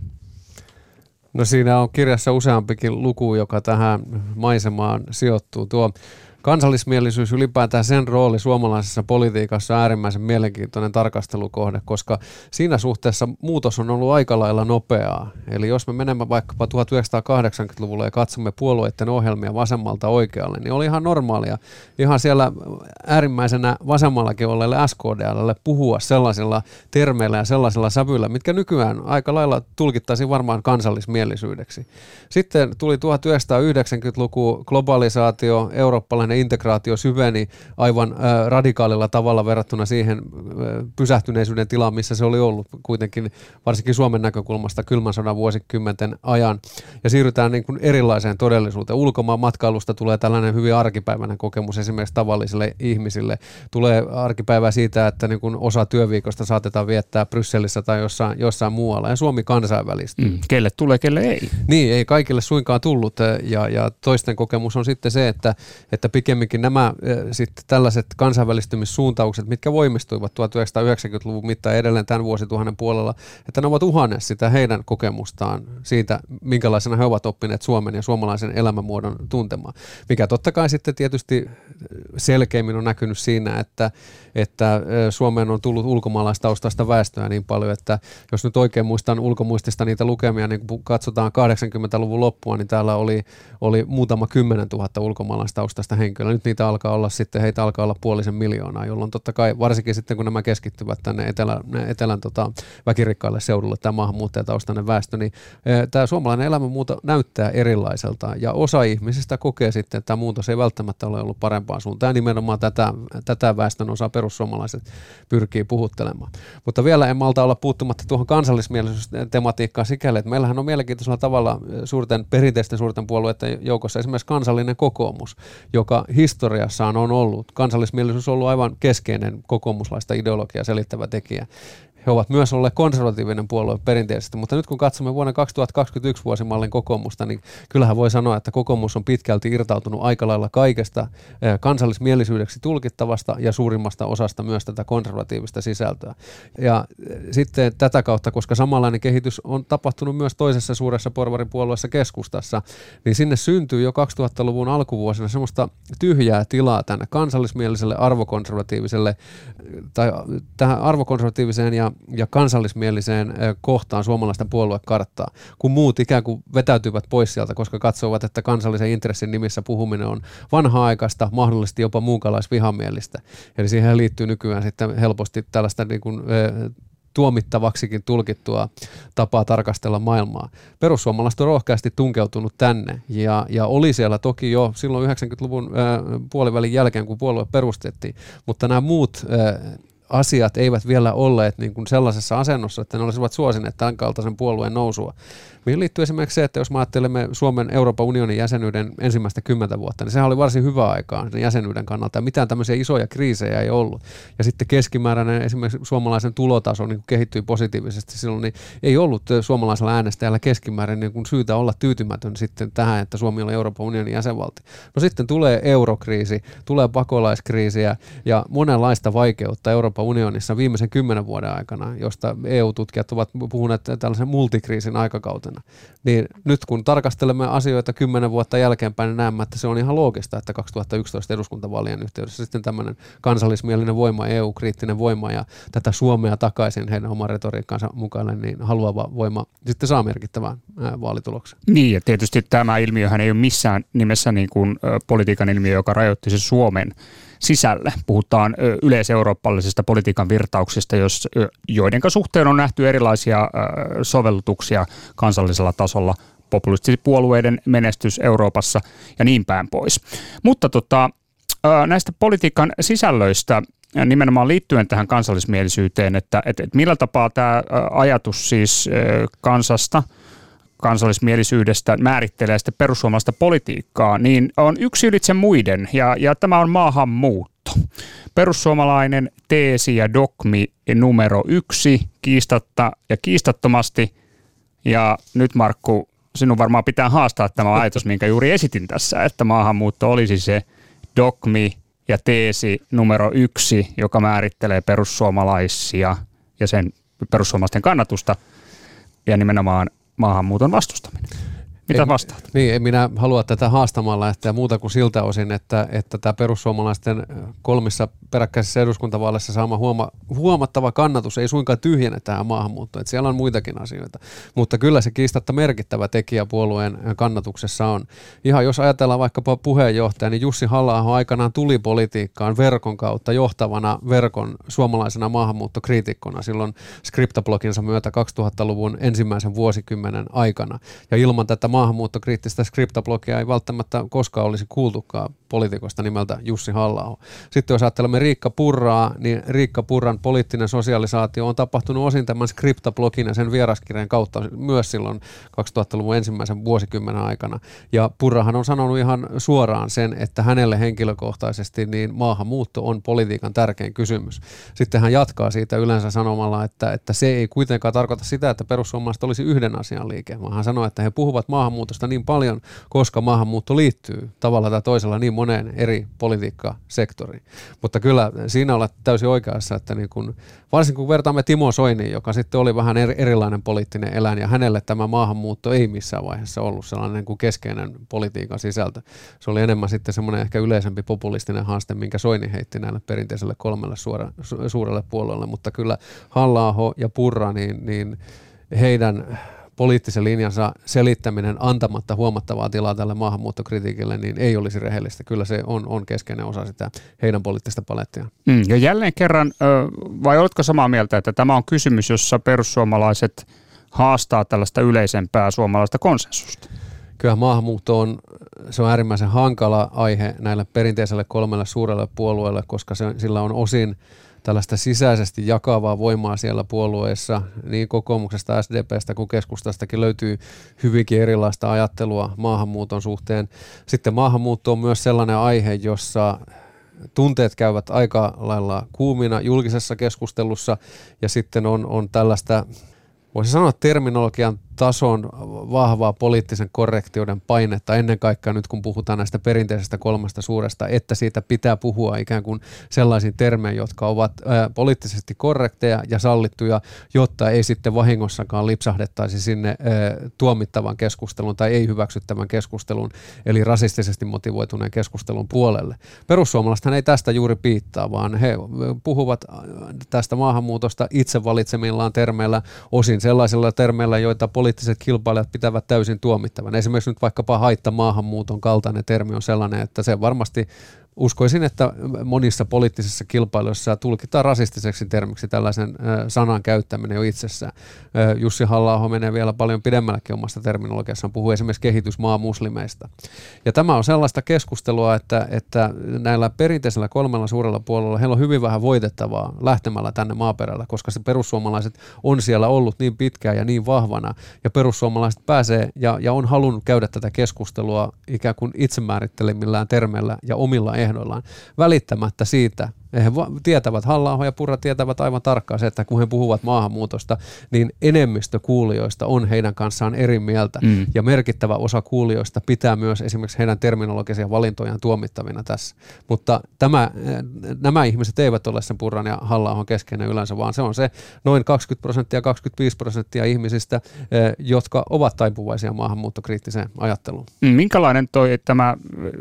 D: No siinä on kirjassa useampikin luku, joka tähän maisemaan sijoittuu. Tuo kansallismielisyys ylipäätään sen rooli suomalaisessa politiikassa on äärimmäisen mielenkiintoinen tarkastelukohde, koska siinä suhteessa muutos on ollut aika lailla nopeaa. Eli jos me menemme vaikkapa tuhatyhdeksänsataakahdeksankymmentäluvulle ja katsomme puolueiden ohjelmia vasemmalta oikealle, niin oli ihan normaalia ihan siellä äärimmäisenä vasemmallakin olleelle S K D L:lle puhua sellaisilla termeillä ja sellaisilla sävyillä, mitkä nykyään aika lailla tulkittaisiin varmaan kansallismielisyydeksi. Sitten tuli tuhatyhdeksänsataayhdeksänkymmentäluku, globalisaatio, eurooppalainen integraatio syveni aivan äh, radikaalilla tavalla verrattuna siihen äh, pysähtyneisyyden tilaan, missä se oli ollut kuitenkin varsinkin Suomen näkökulmasta kylmän sodan vuosikymmenten ajan. Ja siirrytään niin kuin erilaiseen todellisuuteen. Ulkomaan matkailusta tulee tällainen hyvin arkipäiväinen kokemus esimerkiksi tavallisille ihmisille. Tulee arkipäivää siitä, että niin kuin osa työviikosta saatetaan viettää Brysselissä tai jossain, jossain muualla. Ja Suomi kansainvälistyy.
C: Mm, kelle tulee, kelle ei.
D: Niin, ei kaikille suinkaan tullut. Ja, ja toisten kokemus on sitten se, että, että pikemminkin nämä sitten tällaiset kansainvälistymissuuntaukset, mitkä voimistuivat tuhatyhdeksänsataayhdeksänkymmentäluvun mittaan edelleen tämän vuosituhannen puolella, että ne ovat uhanneet sitä heidän kokemustaan siitä, minkälaisena he ovat oppineet Suomen ja suomalaisen elämänmuodon tuntemaan. Mikä totta kai sitten tietysti selkeimmin on näkynyt siinä, että, että Suomeen on tullut ulkomaalaistaustaista väestöä niin paljon, että jos nyt oikein muistan ulkomuistista niitä lukemia, niin kun katsotaan kahdeksankymmentäluvun loppua, niin täällä oli, oli muutama kymmenen tuhatta ulkomaalaistaustaista henkilöä. Nyt niitä alkaa olla sitten, heitä alkaa olla puolisen miljoonaa, jolloin totta kai varsinkin sitten kun nämä keskittyvät tänne etelän, etelän tota, väkirikkaille seudulle, tämä maahanmuuttajataustainen väestö, niin e, tämä suomalainen elämänmuuto näyttää erilaiselta ja osa ihmisistä kokee sitten, että tämä muutos ei välttämättä ole ollut parempaan suuntaan. Ja nimenomaan tätä, tätä väestön osaa perussuomalaiset pyrkii puhuttelemaan. Mutta vielä en malta olla puuttumatta tuohon kansallismielisyystematiikkaan sikäli, että meillähän on mielenkiintoisella tavalla suurten perinteisten suurten puolueiden joukossa esimerkiksi kansallinen kokoomus, joka historiassaan on ollut, kansallismielisyys on ollut aivan keskeinen kokoomuslaista ideologiaa selittävä tekijä. He ovat myös olleet konservatiivinen puolue perinteisesti, mutta nyt kun katsomme vuonna kaksituhattakaksikymmentäyksi vuosimallin kokoomusta, niin kyllähän voi sanoa, että kokoomus on pitkälti irtautunut aika lailla kaikesta kansallismielisyydeksi tulkittavasta ja suurimmasta osasta myös tätä konservatiivista sisältöä. Ja sitten tätä kautta, koska samanlainen kehitys on tapahtunut myös toisessa suuressa porvaripuolueessa Keskustassa, niin sinne syntyy jo kaksituhattaluvun alkuvuosina semmoista tyhjää tilaa tänne kansallismieliselle arvokonservatiiviselle tai tähän arvokonservatiiviseen ja ja kansallismieliseen kohtaan suomalaisten puoluekarttaa, kun muut ikään kuin vetäytyvät pois sieltä, koska katsovat, että kansallisen intressin nimissä puhuminen on vanha-aikaista, mahdollisesti jopa muukalaisvihamielistä. Eli siihen liittyy nykyään sitten helposti tällaista niin kuin, tuomittavaksikin tulkittua tapaa tarkastella maailmaa. Perussuomalaiset on rohkeasti tunkeutunut tänne ja, ja oli siellä toki jo silloin yhdeksänkymmentäluvun ää, puolivälin jälkeen, kun puolue perustettiin, mutta nämä muut ää, asiat eivät vielä olleet niin kuin sellaisessa asennossa, että ne olisivat suosineet tämän kaltaisen puolueen nousua. Mihin liittyy esimerkiksi se, että jos me ajattelemme Suomen Euroopan unionin jäsenyyden ensimmäistä kymmentä vuotta, niin sehän oli varsin hyvä aikaa sen jäsenyyden kannalta ja mitään tämmöisiä isoja kriisejä ei ollut. Ja sitten keskimääräinen esimerkiksi suomalaisen tulotaso niin kehittyi positiivisesti silloin, niin ei ollut suomalaisella äänestäjällä keskimäärin niin kuin syytä olla tyytymätön sitten tähän, että Suomi on Euroopan unionin jäsenvaltio. No sitten tulee eurokriisi, tulee pakolaiskriisiä ja monenlaista vaikeutta Euroopan unionissa viimeisen kymmenen vuoden aikana, josta E U-tutkijat ovat puhuneet tällaisen multikriisin aikakautena. Niin nyt kun tarkastelemme asioita kymmenen vuotta jälkeenpäin, niin näemme, että se on ihan loogista, että kaksituhattayksitoista eduskuntavaalien yhteydessä sitten tämmöinen kansallismielinen voima, E U-kriittinen voima ja tätä Suomea takaisin heidän oman retoriikkaansa mukaan, niin haluava voima sitten saa merkittävän vaalituloksen.
C: Niin, ja tietysti tämä ilmiöhän ei ole missään nimessä niin kuin politiikan ilmiö, joka rajoittaisi Suomen sisälle. Puhutaan yleiseurooppalaisista politiikan virtauksista, joiden suhteen on nähty erilaisia sovellutuksia kansallisella tasolla, populistipuolueiden menestys Euroopassa ja niin päin pois. Mutta tota, näistä politiikan sisällöistä nimenomaan liittyen tähän kansallismielisyyteen, että, että millä tapaa tämä ajatus siis kansasta, kansallismielisyydestä määrittelee sitten perussuomalaista politiikkaa, niin on yksi ylitse muiden, ja, ja tämä on maahanmuutto. Perussuomalainen teesi ja dogmi numero yksi, kiistatta ja kiistattomasti, ja nyt Markku, sinun varmaan pitää haastaa tämä ajatus, minkä juuri esitin tässä, että maahanmuutto olisi se dogmi ja teesi numero yksi, joka määrittelee perussuomalaisia ja sen perussuomalaisten kannatusta, ja nimenomaan maahanmuuton vastustaminen. Mitä en, vastaat?
D: Niin, en minä halua tätä haastamalla lähteä muuta kuin siltä osin, että, että tämä perussuomalaisten kolmissa peräkkäisissä eduskuntavaaleissa saama huoma, huomattava kannatus ei suinkaan tyhjene tähän maahanmuuttoon. Että siellä on muitakin asioita, mutta kyllä se kiistatta merkittävä tekijä puolueen kannatuksessa on. Ihan jos ajatellaan vaikkapa puheenjohtaja, niin Jussi Halla-aho aikanaan tuli politiikkaan verkon kautta johtavana verkon suomalaisena maahanmuuttokriitikkona silloin skriptabloginsa myötä kaksituhattaluvun ensimmäisen vuosikymmenen aikana. Ja ilman tätä maahanmuuttokriittistä skriptablogia ei välttämättä koskaan olisi kuultukaan poliitikosta nimeltä Jussi Halla-aho. Sitten jos ajattelemme Riikka Purraa, niin Riikka Purran poliittinen sosialisaatio on tapahtunut osin tämän skriptablogin ja sen vieraskirjan kautta myös silloin kaksituhattaluvun ensimmäisen vuosikymmenen aikana. Ja Purrahan on sanonut ihan suoraan sen, että hänelle henkilökohtaisesti niin maahanmuutto on politiikan tärkein kysymys. Sitten hän jatkaa siitä yleensä sanomalla, että, että se ei kuitenkaan tarkoita sitä, että perussuomalaiset olisi yhden asian liike, vaan hän sanoo, että he puhuvat maahanmuutosta niin paljon, koska maahanmuutto liittyy tavalla tai toisella niin moneen eri politiikkasektoriin. Mutta kyllä siinä olet täysin oikeassa, että niin kun, varsinkin kun vertaamme Timo Soiniin, joka sitten oli vähän erilainen poliittinen eläin, ja hänelle tämä maahanmuutto ei missään vaiheessa ollut sellainen kuin keskeinen politiikan sisältö. Se oli enemmän sitten semmoinen ehkä yleisempi populistinen haaste, minkä Soini heitti näille perinteiselle kolmelle suora, su, suurelle puolueelle, mutta kyllä Halla-aho ja Purra, niin, niin heidän poliittisen linjansa selittäminen antamatta huomattavaa tilaa tälle maahanmuuttokritiikille, niin ei olisi rehellistä. Kyllä se on, on keskeinen osa sitä heidän poliittista palettiaan.
C: Mm, ja jälleen kerran, vai oletko samaa mieltä, että tämä on kysymys, jossa perussuomalaiset haastaa tällaista yleisempää suomalaista konsensusta?
D: Kyllä maahanmuutto on, se on äärimmäisen hankala aihe näille perinteiselle kolmelle suurelle puolueelle, koska se, sillä on osin tällaista sisäisesti jakavaa voimaa siellä puolueessa, niin kokoomuksesta, S D P:stä kuin keskustastakin löytyy hyvinkin erilaista ajattelua maahanmuuton suhteen. Sitten maahanmuutto on myös sellainen aihe, jossa tunteet käyvät aika lailla kuumina julkisessa keskustelussa, ja sitten on, on tällaista, voisi sanoa terminologian tason vahvaa poliittisen korrektiuden painetta ennen kaikkea nyt, kun puhutaan näistä perinteisestä kolmesta suuresta, että siitä pitää puhua ikään kuin sellaisiin termeihin, jotka ovat ää, poliittisesti korrekteja ja sallittuja, jotta ei sitten vahingossakaan lipsahdettaisi sinne ää, tuomittavan keskustelun tai ei hyväksyttävän keskustelun, eli rasistisesti motivoituneen keskustelun puolelle. Perussuomalaisethan ei tästä juuri piittaa, vaan he puhuvat tästä maahanmuutosta itse valitsemillaan termeillä, osin sellaisilla termeillä, joita poliittiset kilpailijat pitävät täysin tuomittavan. Esimerkiksi nyt vaikkapa haittamaahanmuuton kaltainen termi on sellainen, että se varmasti uskoisin, että monissa poliittisissa kilpailuissa tulkitaan rasistiseksi termiksi tällaisen sanan käyttäminen jo itsessään. Jussi Halla-aho menee vielä paljon pidemmällekin omasta terminologiassaan, puhuu esimerkiksi kehitysmaamuslimeista. Ja tämä on sellaista keskustelua, että, että näillä perinteisellä kolmella suurella puolella heillä on hyvin vähän voitettavaa lähtemällä tänne maaperällä, koska se perussuomalaiset on siellä ollut niin pitkään ja niin vahvana, ja perussuomalaiset pääsee ja, ja on halunnut käydä tätä keskustelua ikään kuin itsemäärittelemillään termeillä ja omilla ehdoillaan, välittämättä siitä. He tietävät, Halla-aho ja Purra tietävät aivan tarkkaan se, että kun he puhuvat maahanmuutosta, niin enemmistö kuulijoista on heidän kanssaan eri mieltä. Mm. Ja merkittävä osa kuulijoista pitää myös esimerkiksi heidän terminologisia valintojaan tuomittavina tässä. Mutta tämä, nämä ihmiset eivät ole sen Purran ja Halla-ahon keskeinen yleensä, vaan se on se noin kaksikymmentä prosenttia, kaksikymmentäviisi prosenttia ihmisistä, jotka ovat taipuvaisia maahanmuuttokriittiseen ajatteluun.
C: Minkälainen toi tämä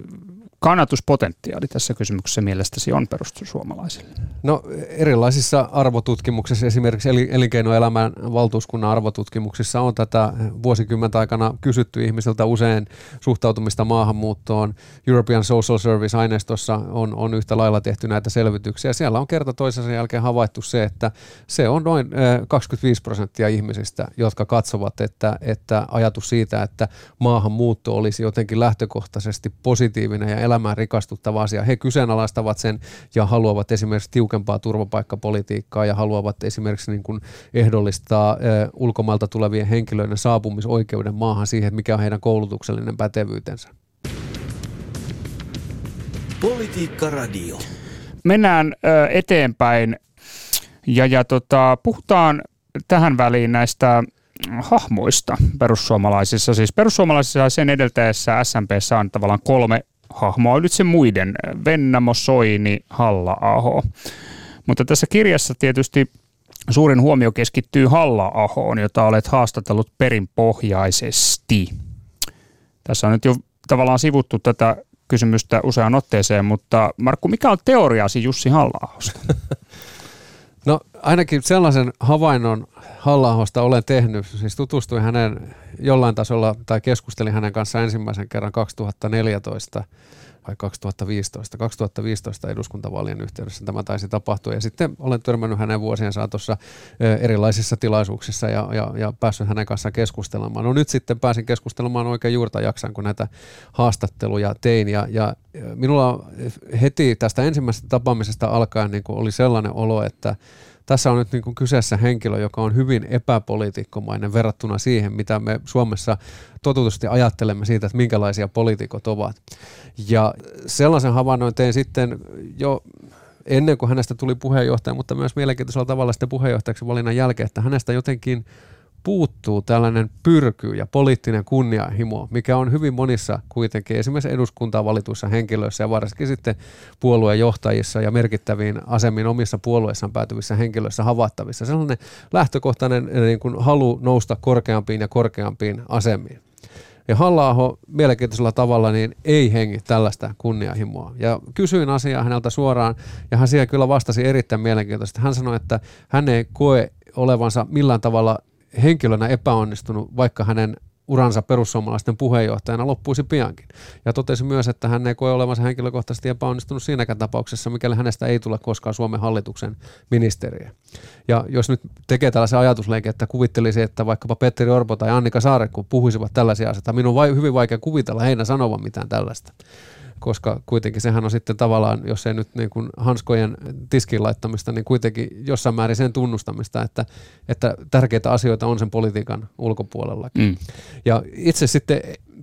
C: kannatuspotentiaali tässä kysymyksessä mielestäsi on perussuomalaisille?
D: No erilaisissa arvotutkimuksissa, esimerkiksi elinkeinoelämän valtuuskunnan arvotutkimuksissa on tätä vuosikymmentä aikana kysytty ihmisiltä usein suhtautumista maahanmuuttoon. European Social Service-aineistossa on, on yhtä lailla tehty näitä selvityksiä. Siellä on kerta toisensa jälkeen havaittu se, että se on noin kaksikymmentäviisi prosenttia ihmisistä, jotka katsovat, että, että ajatus siitä, että maahanmuutto olisi jotenkin lähtökohtaisesti positiivinen ja elämään rikastuttava asia. He kyseenalaistavat sen ja haluavat esimerkiksi tiukempaa turvapaikkapolitiikkaa ja haluavat esimerkiksi niin kuin ehdollistaa eh, ulkomailta tulevien henkilöiden saapumisoikeuden maahan siihen, mikä on heidän koulutuksellinen pätevyytensä.
B: Politiikka Radio.
C: Mennään ö, eteenpäin ja, ja tota, puhutaan tähän väliin näistä hahmoista perussuomalaisissa. Siis perussuomalaisissa ja sen edeltäessä S M P:ssä on tavallaan kolme hahmoa ylitse muiden, Vennamo, Soini, Halla-aho. Mutta tässä kirjassa tietysti suurin huomio keskittyy Halla-ahoon, jota olet haastatellut perinpohjaisesti. Tässä on nyt jo tavallaan sivuttu tätä kysymystä useaan otteeseen, mutta Markku, mikä on teoriasi Jussi Halla-ahosta?
D: No ainakin sellaisen havainnon Halla-ahosta olen tehnyt, siis tutustuin hänen jollain tasolla tai keskustelin hänen kanssaan ensimmäisen kerran kaksituhattaneljätoista vai kaksituhattaviisitoista. kaksituhattaviisitoista eduskuntavaalien yhteydessä tämä taisi tapahtua ja sitten olen törmännyt hänen vuosien saatossa erilaisissa tilaisuuksissa ja, ja, ja päässyt hänen kanssaan keskustelemaan. No nyt sitten pääsin keskustelemaan oikein juurta jaksan, kun näitä haastatteluja tein ja, ja minulla heti tästä ensimmäisestä tapaamisesta alkaen niin kuin oli sellainen olo, että tässä on nyt niin kuin kyseessä henkilö, joka on hyvin epäpoliitikkomainen verrattuna siihen, mitä me Suomessa totutusti ajattelemme siitä, että minkälaisia poliitikot ovat. Ja sellaisen havainnoin tein sitten jo ennen kuin hänestä tuli puheenjohtaja, mutta myös mielenkiintoisella tavalla sitten puheenjohtajaksi valinnan jälkeen, että hänestä jotenkin puuttuu tällainen pyrky ja poliittinen kunnianhimo, mikä on hyvin monissa kuitenkin esimerkiksi eduskuntaan valituissa henkilöissä ja varsinkin sitten puoluejohtajissa ja merkittäviin asemiin omissa puolueissaan päätyvissä henkilöissä havaittavissa. Sellainen lähtökohtainen niin kuin halu nousta korkeampiin ja korkeampiin asemiin. Ja Halla-aho mielenkiintoisella tavalla niin ei hengi tällaista kunnianhimoa. Ja kysyin asiaa häneltä suoraan ja hän siihen kyllä vastasi erittäin mielenkiintoisesti. Hän sanoi, että hän ei koe olevansa millään tavalla henkilönä epäonnistunut, vaikka hänen uransa perussuomalaisten puheenjohtajana loppuisi piankin. Ja totesi myös, että hän ei koe olevansa henkilökohtaisesti epäonnistunut siinäkään tapauksessa, mikäli hänestä ei tule koskaan Suomen hallituksen ministeriä. Ja jos nyt tekee tällaisen ajatusleikin, että kuvittelisi, että vaikkapa Petteri Orpo tai Annika Saarikko puhuisivat tällaisia asioita, minun on hyvin vaikea kuvitella heidän sanovan mitään tällaista. Koska kuitenkin sehän on sitten tavallaan, jos ei nyt niin kuin hanskojen tiskiin laittamista, niin kuitenkin jossain määrin sen tunnustamista, että, että tärkeitä asioita on sen politiikan ulkopuolellakin. Mm. Ja itse sitten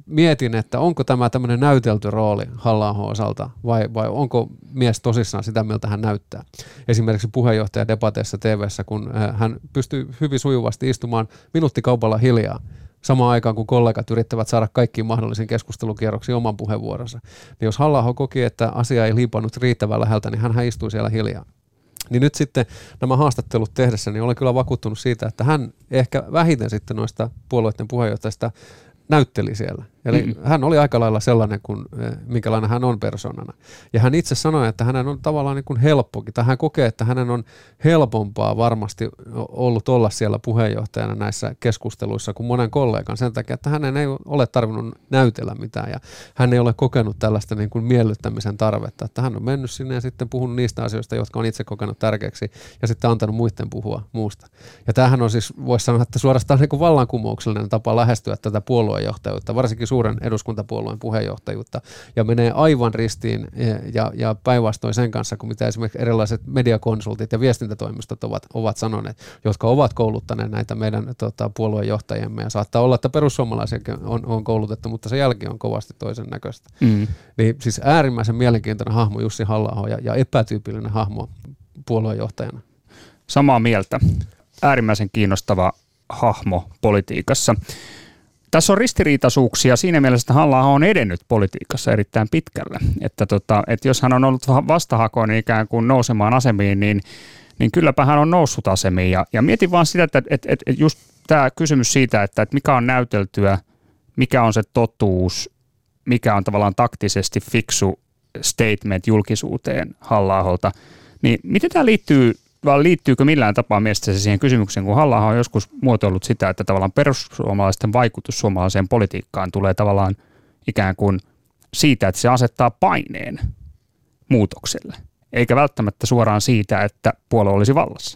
D: mietin, että onko tämä tämmöinen näytelty rooli Halla-ahon osalta vai, vai onko mies tosissaan sitä, miltä hän näyttää. Esimerkiksi puheenjohtaja debateissa T V:ssä, kun hän pystyy hyvin sujuvasti istumaan minuuttikaupalla hiljaa samaan aikaan, kun kollegat yrittävät saada kaikkiin mahdollisiin keskustelukierroksiin oman puheenvuoronsa. Niin jos Halla-aho koki, että asia ei liipannut riittävän läheltä, niin hän istui siellä hiljaa. Niin nyt sitten nämä haastattelut tehdessä, niin olen kyllä vakuuttunut siitä, että hän ehkä vähiten sitten noista puolueiden puheenjohtajista näytteli siellä. Eli mm-hmm. hän oli aika lailla sellainen, kuin, minkälainen hän on persoonana. Ja hän itse sanoi, että hänen on tavallaan niin kuin helppokin, tai hän kokee, että hänen on helpompaa varmasti ollut olla siellä puheenjohtajana näissä keskusteluissa kuin monen kollegan sen takia, että hänen ei ole tarvinnut näytellä mitään, ja hän ei ole kokenut tällaista niin kuin miellyttämisen tarvetta, että hän on mennyt sinne ja sitten puhunut niistä asioista, jotka on itse kokenut tärkeäksi, ja sitten antanut muiden puhua muusta. Ja tämähän on siis, voisi sanoa, että suorastaan niin kuin vallankumouksellinen tapa lähestyä tätä puoluejohtajuutta, varsinkin suuren eduskuntapuolueen puheenjohtajuutta, ja menee aivan ristiin ja, ja päinvastoin sen kanssa, kuin mitä esimerkiksi erilaiset mediakonsultit ja viestintätoimistot ovat, ovat sanoneet, jotka ovat kouluttaneet näitä meidän tota, puoluejohtajiemme, ja saattaa olla, että perussuomalaisiakin on, on koulutettu, mutta se jälki on kovasti toisen näköistä. Mm. Niin siis äärimmäisen mielenkiintoinen hahmo Jussi Halla-aho ja, ja epätyypillinen hahmo puoluejohtajana.
C: Samaa mieltä. Äärimmäisen kiinnostava hahmo politiikassa. Tässä on ristiriitaisuuksia siinä mielessä, että Halla-aho on edennyt politiikassa erittäin pitkälle. Että, tota, että jos hän on ollut vastahakoinen ikään kuin nousemaan asemiin, niin, niin kylläpä hän on noussut asemiin. Ja, ja mietin vaan sitä, että, että, että just tämä kysymys siitä, että, että mikä on näyteltyä, mikä on se totuus, mikä on tavallaan taktisesti fiksu statement julkisuuteen Halla-aholta, niin miten tämä liittyy, vai liittyykö millään tapaa mielestäsi siihen kysymykseen, kun Halla-aho on joskus muotoillut sitä, että tavallaan perussuomalaisten vaikutus suomalaiseen politiikkaan tulee tavallaan ikään kuin siitä, että se asettaa paineen muutokselle, eikä välttämättä suoraan siitä, että puolue olisi vallassa.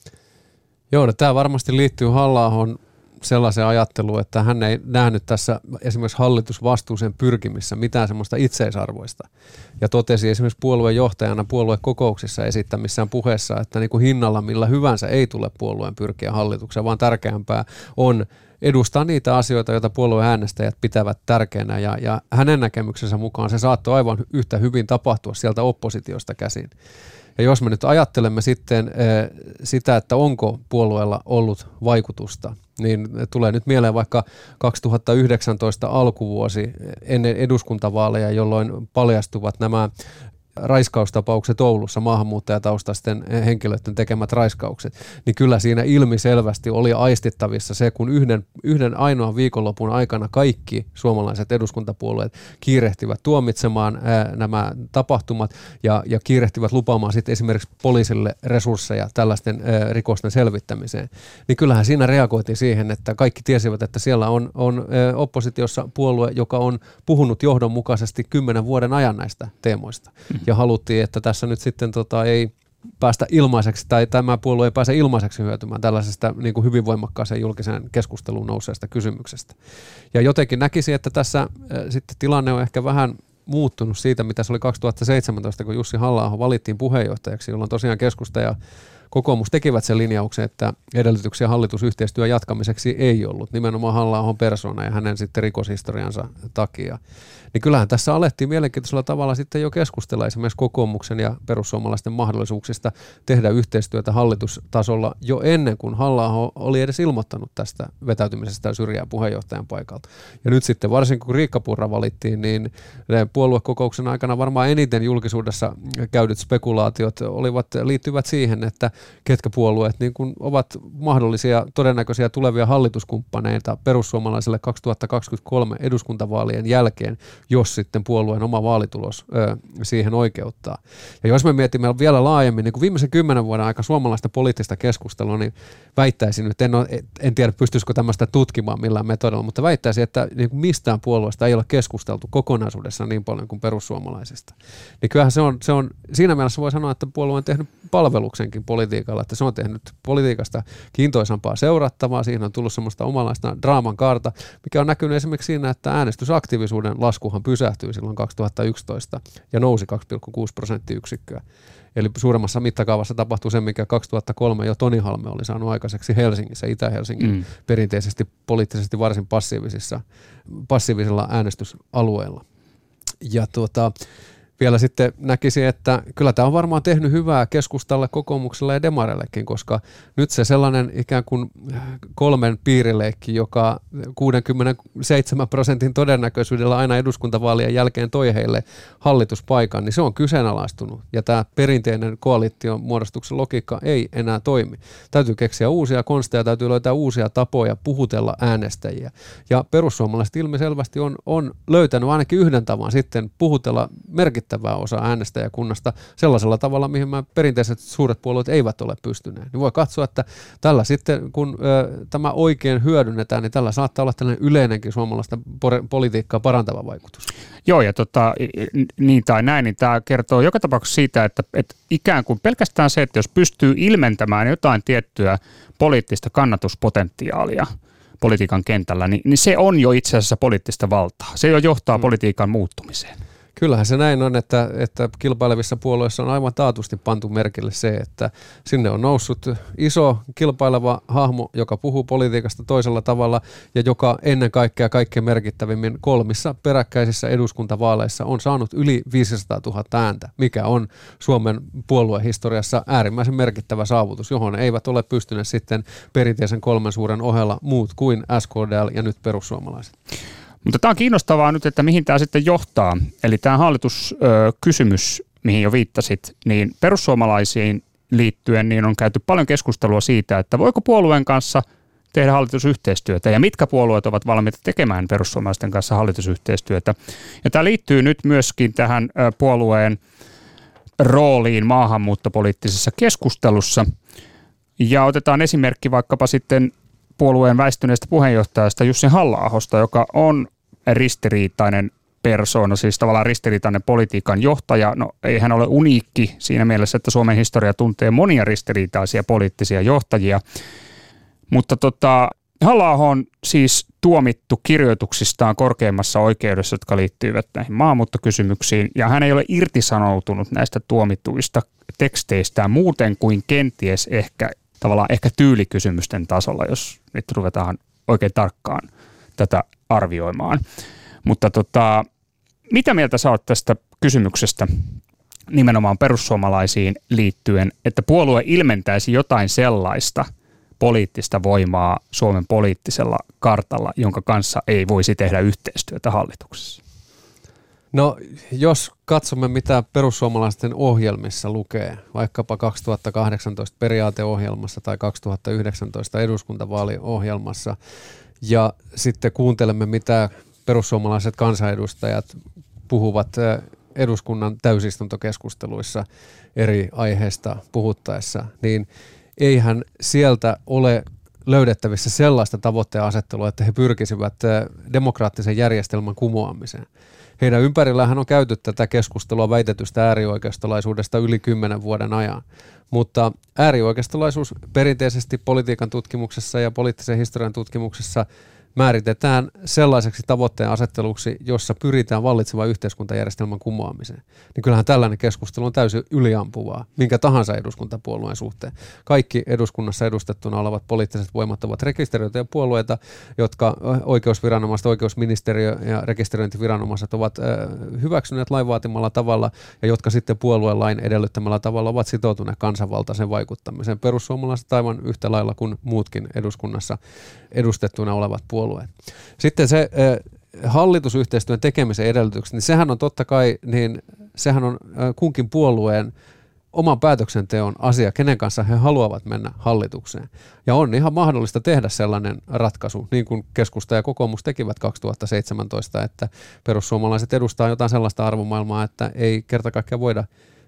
D: Joo, no tämä varmasti liittyy Halla-ahon sellaiseen ajatteluun, että hän ei nähnyt tässä esimerkiksi hallitusvastuuseen pyrkimissä mitään semmoista itseisarvoista. Ja totesi esimerkiksi puoluejohtajana puoluekokouksissa esittämissään puheessa, että niin kuin hinnalla millä hyvänsä ei tule puolueen pyrkiä hallitukseen, vaan tärkeämpää on edustaa niitä asioita, joita puolueen äänestäjät pitävät tärkeänä. Ja, ja hänen näkemyksensä mukaan se saattoi aivan yhtä hyvin tapahtua sieltä oppositiosta käsin. Ja jos me nyt ajattelemme sitten eh, sitä, että onko puolueella ollut vaikutusta, niin tulee nyt mieleen vaikka kaksituhattayhdeksäntoista alkuvuosi ennen eduskuntavaaleja, jolloin paljastuvat nämä raiskaustapaukset Oulussa, maahanmuuttajataustaisten henkilöiden tekemät raiskaukset, niin kyllä siinä ilmiselvästi oli aistittavissa se, kun yhden, yhden ainoan viikonlopun aikana kaikki suomalaiset eduskuntapuolueet kiirehtivät tuomitsemaan ää, nämä tapahtumat ja, ja kiirehtivät lupaamaan sitten esimerkiksi poliisille resursseja tällaisten ää, rikosten selvittämiseen. Niin kyllähän siinä reagoitiin siihen, että kaikki tiesivät, että siellä on, on ää, oppositiossa puolue, joka on puhunut johdonmukaisesti kymmenen vuoden ajan näistä teemoista. Mm. Ja haluttiin, että tässä nyt sitten tota, ei päästä ilmaiseksi, tai tämä puolue ei pääse ilmaiseksi hyötymään tällaisesta niin kuin hyvin voimakkaaseen julkiseen keskusteluun nousseesta kysymyksestä. Ja jotenkin näkisin, että tässä äh, sitten tilanne on ehkä vähän muuttunut siitä, mitä se oli kaksituhattaseitsemäntoista, kun Jussi Halla-aho valittiin puheenjohtajaksi, jolloin tosiaan keskusta ja kokoomus tekivät sen linjauksen, että edellytyksiä hallitusyhteistyön jatkamiseksi ei ollut, nimenomaan Halla-ahon persona ja hänen sitten rikoshistoriansa takia. Niin kyllähän tässä alettiin mielenkiintoisella tavalla sitten jo keskustella esimerkiksi kokoomuksen ja perussuomalaisten mahdollisuuksista tehdä yhteistyötä hallitustasolla jo ennen kuin Halla-aho oli edes ilmoittanut tästä vetäytymisestä syrjään puheenjohtajan paikalta. Ja nyt sitten varsinkin kun Riikka Purra valittiin, niin puoluekokouksen aikana varmaan eniten julkisuudessa käydyt spekulaatiot olivat, liittyvät siihen, että ketkä puolueet niin kuin ovat mahdollisia todennäköisiä tulevia hallituskumppaneita perussuomalaisille kaksituhattakaksikymmentäkolme eduskuntavaalien jälkeen, jos sitten puolueen oma vaalitulos ö, siihen oikeuttaa. Ja jos me mietimme vielä laajemmin, niin kuin viimeisen kymmenen vuoden aika suomalaista poliittista keskustelua, niin väittäisin nyt, en, ole, en tiedä pystyisikö tämmöistä tutkimaan millään metodilla, mutta väittäisin, että niin kuin mistään puolueesta ei ole keskusteltu kokonaisuudessaan niin paljon kuin perussuomalaisista. Niin kyllähän se on, se on, siinä mielessä voi sanoa, että puolue on tehnyt palveluksenkin poliittisesti politiikalla, että se on tehnyt politiikasta kiintoisampaa seurattavaa, siihen on tullut semmoista omanlaista draaman kaarta, mikä on näkynyt esimerkiksi siinä, että äänestysaktiivisuuden laskuhan pysähtyi silloin kaksituhattayksitoista ja nousi kaksi pilkku kuusi prosenttiyksikköä. Eli suuremmassa mittakaavassa tapahtui se, mikä kaksituhattakolme jo Toni Halme oli saanut aikaiseksi Helsingissä, Itä-Helsingin mm. perinteisesti poliittisesti varsin passiivisissa, passiivisilla äänestysalueilla. Ja tuota, vielä sitten näkisin, että kyllä tämä on varmaan tehnyt hyvää keskustalle, kokoomukselle ja demareillekin, koska nyt se sellainen ikään kuin kolmen piirileikki, joka kuusikymmentäseitsemän prosentin todennäköisyydellä aina eduskuntavaalien jälkeen toi heille hallituspaikan, niin se on kyseenalaistunut. Ja tämä perinteinen koalition muodostuksen logiikka ei enää toimi. Täytyy keksiä uusia konsteja, täytyy löytää uusia tapoja puhutella äänestäjiä. Ja perussuomalaiset ilmiselvästi on, on löytänyt ainakin yhden tavan sitten puhutella merkittävää osa äänestäjäkunnasta sellaisella tavalla, mihin mä perinteiset suuret puolueet eivät ole pystyneet. Niin voi katsoa, että tällä sitten, kun ö, tämä oikein hyödynnetään, niin tällä saattaa olla tällainen yleinenkin suomalaista politiikkaa parantava vaikutus.
C: Joo, ja tota, niin tai näin, niin tämä kertoo joka tapauksessa siitä, että, että ikään kuin pelkästään se, että jos pystyy ilmentämään jotain tiettyä poliittista kannatuspotentiaalia politiikan kentällä, niin, niin se on jo itse asiassa poliittista valtaa. Se jo johtaa mm. politiikan muuttumiseen.
D: Kyllähän se näin on, että, että kilpailevissa puolueissa on aivan taatusti pantu merkille se, että sinne on noussut iso kilpaileva hahmo, joka puhuu politiikasta toisella tavalla ja joka ennen kaikkea kaikkein merkittävimmin kolmissa peräkkäisissä eduskuntavaaleissa on saanut yli viisisataatuhatta ääntä, mikä on Suomen puoluehistoriassa äärimmäisen merkittävä saavutus, johon eivät ole pystyneet sitten perinteisen kolmen suuren ohella muut kuin S K D L ja nyt perussuomalaiset.
C: Mutta tämä on kiinnostavaa nyt, että mihin tämä sitten johtaa. Eli tämä hallituskysymys, mihin jo viittasit, niin perussuomalaisiin liittyen niin on käyty paljon keskustelua siitä, että voiko puolueen kanssa tehdä hallitusyhteistyötä ja mitkä puolueet ovat valmiita tekemään perussuomalaisten kanssa hallitusyhteistyötä. Ja tämä liittyy nyt myöskin tähän puolueen rooliin maahanmuuttopoliittisessa keskustelussa. Ja otetaan esimerkki vaikkapa sitten puolueen väistyneestä puheenjohtajasta Jussi Halla-ahosta, joka on ristiriitainen persoona, siis tavallaan ristiriitainen politiikan johtaja. No ei hän ole uniikki siinä mielessä, että Suomen historia tuntee monia ristiriitaisia poliittisia johtajia, mutta tota, Halla-aho on siis tuomittu kirjoituksistaan korkeimmassa oikeudessa, jotka liittyvät näihin maahanmuuttokysymyksiin, ja hän ei ole irtisanoutunut näistä tuomituista teksteistään muuten kuin kenties ehkä tavallaan ehkä tyylikysymysten tasolla, jos nyt ruvetaan oikein tarkkaan tätä arvioimaan. Mutta tota, mitä mieltä sä oot tästä kysymyksestä nimenomaan perussuomalaisiin liittyen, että puolue ilmentäisi jotain sellaista poliittista voimaa Suomen poliittisella kartalla, jonka kanssa ei voisi tehdä yhteistyötä hallituksessa?
D: No jos katsomme, mitä perussuomalaisten ohjelmissa lukee, vaikkapa kaksituhattakahdeksantoista periaateohjelmassa tai kaksituhattayhdeksäntoista eduskuntavaaliohjelmassa, ja sitten kuuntelemme, mitä perussuomalaiset kansanedustajat puhuvat eduskunnan täysistuntokeskusteluissa eri aiheista puhuttaessa, niin eihän sieltä ole löydettävissä sellaista tavoitteen asettelua, että he pyrkisivät demokraattisen järjestelmän kumoamiseen. Heidän ympärillään on käyty tätä keskustelua väitetystä äärioikeistolaisuudesta yli kymmenen vuoden ajan, mutta äärioikeistolaisuus perinteisesti politiikan tutkimuksessa ja poliittisen historian tutkimuksessa määritetään sellaiseksi tavoitteen asetteluksi, jossa pyritään vallitsevan yhteiskuntajärjestelmän kumoamiseen. Niin kyllähän tällainen keskustelu on täysin yliampuvaa, minkä tahansa eduskuntapuolueen suhteen. Kaikki eduskunnassa edustettuna olevat poliittiset voimat ovat rekisteröityjä puolueita, jotka oikeusviranomaiset, oikeusministeriö ja rekisteröintiviranomaiset ovat hyväksyneet lain vaatimalla tavalla ja jotka sitten puolueen lain edellyttämällä tavalla ovat sitoutuneet kansanvaltaisen vaikuttamiseen. Perussuomalaiset aivan yhtä lailla kuin muutkin eduskunnassa edustettuna olevat puolueet. Sitten se äh, hallitusyhteistyön tekemisen edellytykset, niin sehän on totta kai, niin sehän on äh, kunkin puolueen oman päätöksenteon asia, kenen kanssa he haluavat mennä hallitukseen. Ja on ihan mahdollista tehdä sellainen ratkaisu, niin kuin keskusta ja kokoomus tekivät kaksituhattaseitsemäntoista, että perussuomalaiset edustaa jotain sellaista arvomaailmaa, että ei kerta kaikkiaan voida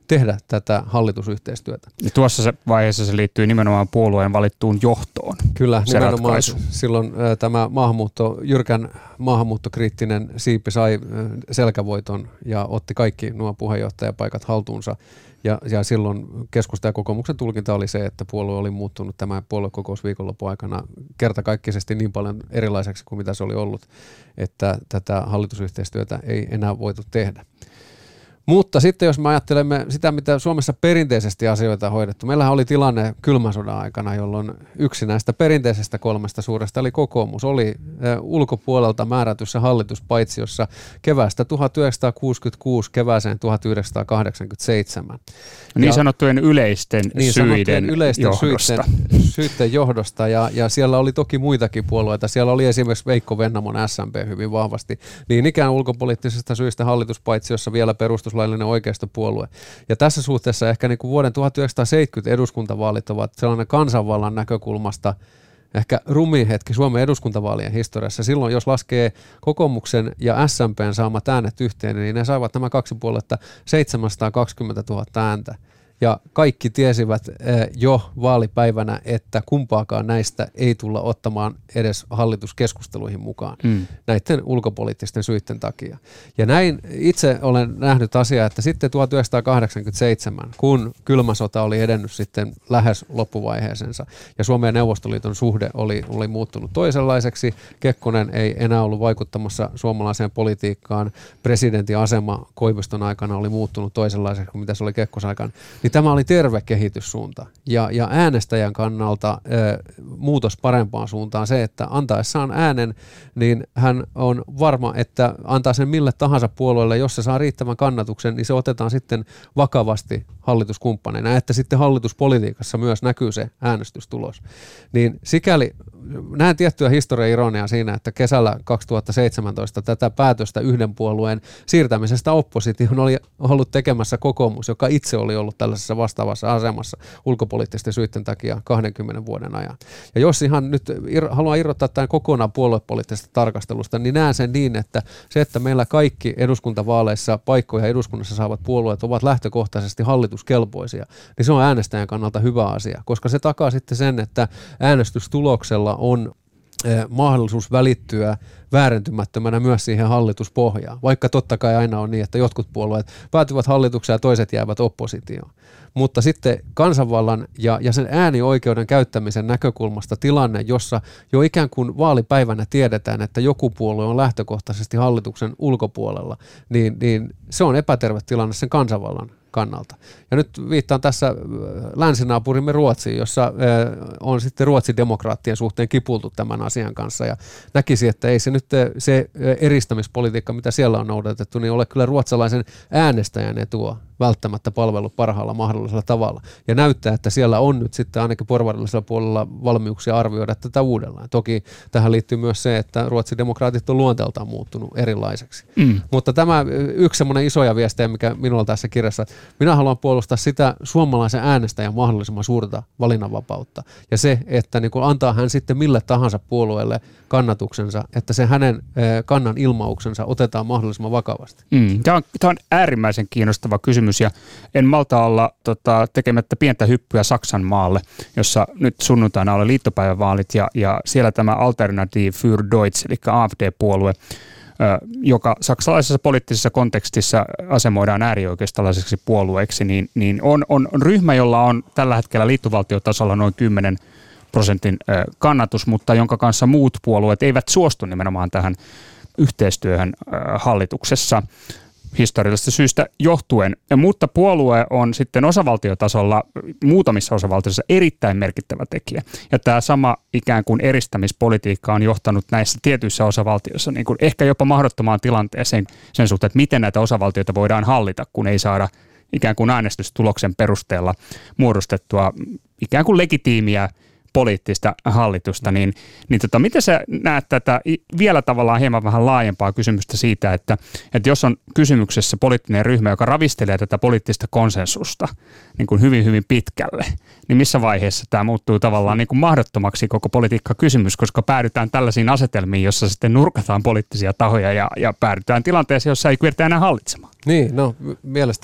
D: tehdä tätä hallitusyhteistyötä.
C: Ja tuossa se vaiheessa se liittyy nimenomaan puolueen valittuun johtoon.
D: Kyllä,
C: se
D: nimenomaan
C: ratkaisu.
D: Silloin äh, tämä maahanmuutto, jyrkän maahanmuuttokriittinen siipi sai äh, selkävoiton ja otti kaikki nuo puheenjohtajapaikat haltuunsa. Ja, ja silloin keskusta ja kokoomuksen tulkinta oli se, että puolue oli muuttunut tämän puoluekokous viikonlopun aikana kertakaikkisesti niin paljon erilaiseksi kuin mitä se oli ollut, että tätä hallitusyhteistyötä ei enää voitu tehdä. Mutta sitten jos me ajattelemme sitä, mitä Suomessa perinteisesti asioita on hoidettu, meillähän oli tilanne kylmän sodan aikana, jolloin yksi näistä perinteisestä kolmesta suuresta eli kokoomus oli ulkopuolelta määrätyssä hallituspaitsiossa keväästä tuhatyhdeksänsataakuusikymmentäkuusi kevääseen tuhatyhdeksänsataakahdeksankymmentäseitsemän.
C: Niin sanottujen yleisten
D: niin
C: syiden
D: yleisten
C: johdosta.
D: Syitten, syitten johdosta ja, ja siellä oli toki muitakin puolueita. Siellä oli esimerkiksi Veikko Vennamon S M P hyvin vahvasti. Niin ikään ulkopoliittisista syistä hallituspaitsiossa vielä perustuslaillinen oikeistopuolue. Ja tässä suhteessa ehkä niin kuin vuoden tuhatyhdeksänsataaseitsemänkymmentä eduskuntavaalit ovat sellainen kansanvallan näkökulmasta ehkä rumin hetki Suomen eduskuntavaalien historiassa. Silloin, jos laskee kokoomuksen ja S M P:n saamat äänet yhteen, niin ne saivat nämä kaksi puoluetta seitsemänsataakaksikymmentätuhatta ääntä. Ja kaikki tiesivät jo vaalipäivänä, että kumpaakaan näistä ei tulla ottamaan edes hallituskeskusteluihin mukaan mm. näiden ulkopoliittisten syiden takia. Ja näin itse olen nähnyt asiaa, että sitten tuhatyhdeksänsataakahdeksankymmentäseitsemän, kun kylmä sota oli edennyt sitten lähes loppuvaiheeseensa ja Suomen ja Neuvostoliiton suhde oli, oli muuttunut toisenlaiseksi, Kekkonen ei enää ollut vaikuttamassa suomalaiseen politiikkaan, presidentin asema Koiviston aikana oli muuttunut toisenlaiseksi kuin mitä se oli Kekkosen aikana, niin tämä oli terve kehityssuunta ja, ja äänestäjän kannalta e, muutos parempaan suuntaan se, että antaessaan äänen, niin hän on varma, että antaa sen mille tahansa puolueelle, jos se saa riittävän kannatuksen, niin se otetaan sitten vakavasti hallituskumppaneina, että sitten hallituspolitiikassa myös näkyy se äänestystulos. Niin sikäli näen tiettyä historia-ironiaa siinä, että kesällä kaksituhattaseitsemäntoista tätä päätöstä yhden puolueen siirtämisestä oppositioon oli ollut tekemässä kokoomus, joka itse oli ollut tällaisessa vastaavassa asemassa ulkopoliittisten syiden takia kahdenkymmenen vuoden ajan. Ja jos ihan nyt ir- haluan irrottaa tämän kokonaan puoluepoliittisesta tarkastelusta, niin näen sen niin, että se, että meillä kaikki eduskuntavaaleissa paikkoja eduskunnassa saavat puolueet ovat lähtökohtaisesti hallituskelpoisia, niin se on äänestäjän kannalta hyvä asia, koska se takaa sitten sen, että äänestystuloksella on eh, mahdollisuus välittyä väärentymättömänä myös siihen hallituspohjaan, vaikka totta kai aina on niin, että jotkut puolueet päätyvät hallitukseen ja toiset jäävät oppositioon. Mutta sitten kansanvallan ja, ja sen äänioikeuden käyttämisen näkökulmasta tilanne, jossa jo ikään kuin vaalipäivänä tiedetään, että joku puolue on lähtökohtaisesti hallituksen ulkopuolella, niin, niin se on epäterve tilanne sen kansanvallan kannalta. Ja nyt viittaan tässä länsinaapurimme Ruotsiin, jossa on sitten Ruotsin demokraattien suhteen kipultu tämän asian kanssa ja näkisi, että ei se nyt se eristämispolitiikka, mitä siellä on noudatettu, niin ole kyllä ruotsalaisen äänestäjän etua välttämättä palvellut parhaalla mahdollisella tavalla. Ja näyttää, että siellä on nyt sitten ainakin porvarillisella puolella valmiuksia arvioida tätä uudelleen. Toki tähän liittyy myös se, että Ruotsin demokraatit on luonteeltaan muuttunut erilaiseksi. Mm. Mutta tämä yksi semmoinen isoja viestejä, mikä minulla tässä kirjassa, minä haluan puolustaa sitä suomalaisen äänestäjän mahdollisimman suurta valinnanvapautta. Ja se, että niin kun antaa hän sitten mille tahansa puolueelle kannatuksensa, että se hänen kannan ilmauksensa otetaan mahdollisimman vakavasti.
C: Mm. Tämä on, tämä on äärimmäisen kiinnostava kysymys ja en malta olla tota, tekemättä pientä hyppyä Saksan maalle, jossa nyt sunnuntaina oli liittopäivävaalit ja, ja siellä tämä Alternative für Deutsch, eli A F D-puolue, joka saksalaisessa poliittisessa kontekstissa asemoidaan äärioikeistolaiseksi puolueeksi, niin, niin on, on, on ryhmä, jolla on tällä hetkellä liittovaltiotasolla noin kymmenen prosentin kannatus, mutta jonka kanssa muut puolueet eivät suostu nimenomaan tähän yhteistyöhön hallituksessa historiallisesta syystä johtuen. Mutta puolue on sitten osavaltiotasolla, muutamissa osavaltioissa erittäin merkittävä tekijä. Ja tämä sama ikään kuin eristämispolitiikka on johtanut näissä tietyissä osavaltioissa niin kuin ehkä jopa mahdottomaan tilanteeseen sen suhteen, että miten näitä osavaltioita voidaan hallita, kun ei saada ikään kuin äänestystuloksen perusteella muodostettua ikään kuin legitiimiä poliittista hallitusta, niin, niin tota, miten sä näet tätä vielä tavallaan hieman vähän laajempaa kysymystä siitä, että, että jos on kysymyksessä poliittinen ryhmä, joka ravistelee tätä poliittista konsensusta niin kuin hyvin, hyvin pitkälle, niin missä vaiheessa tämä muuttuu tavallaan niin kuin mahdottomaksi koko politiikkakysymys, koska päädytään tällaisiin asetelmiin, jossa sitten nurkataan poliittisia tahoja ja, ja päädytään tilanteeseen, jossa ei kyetä enää hallitsemaan.
D: Niin, no mielestäni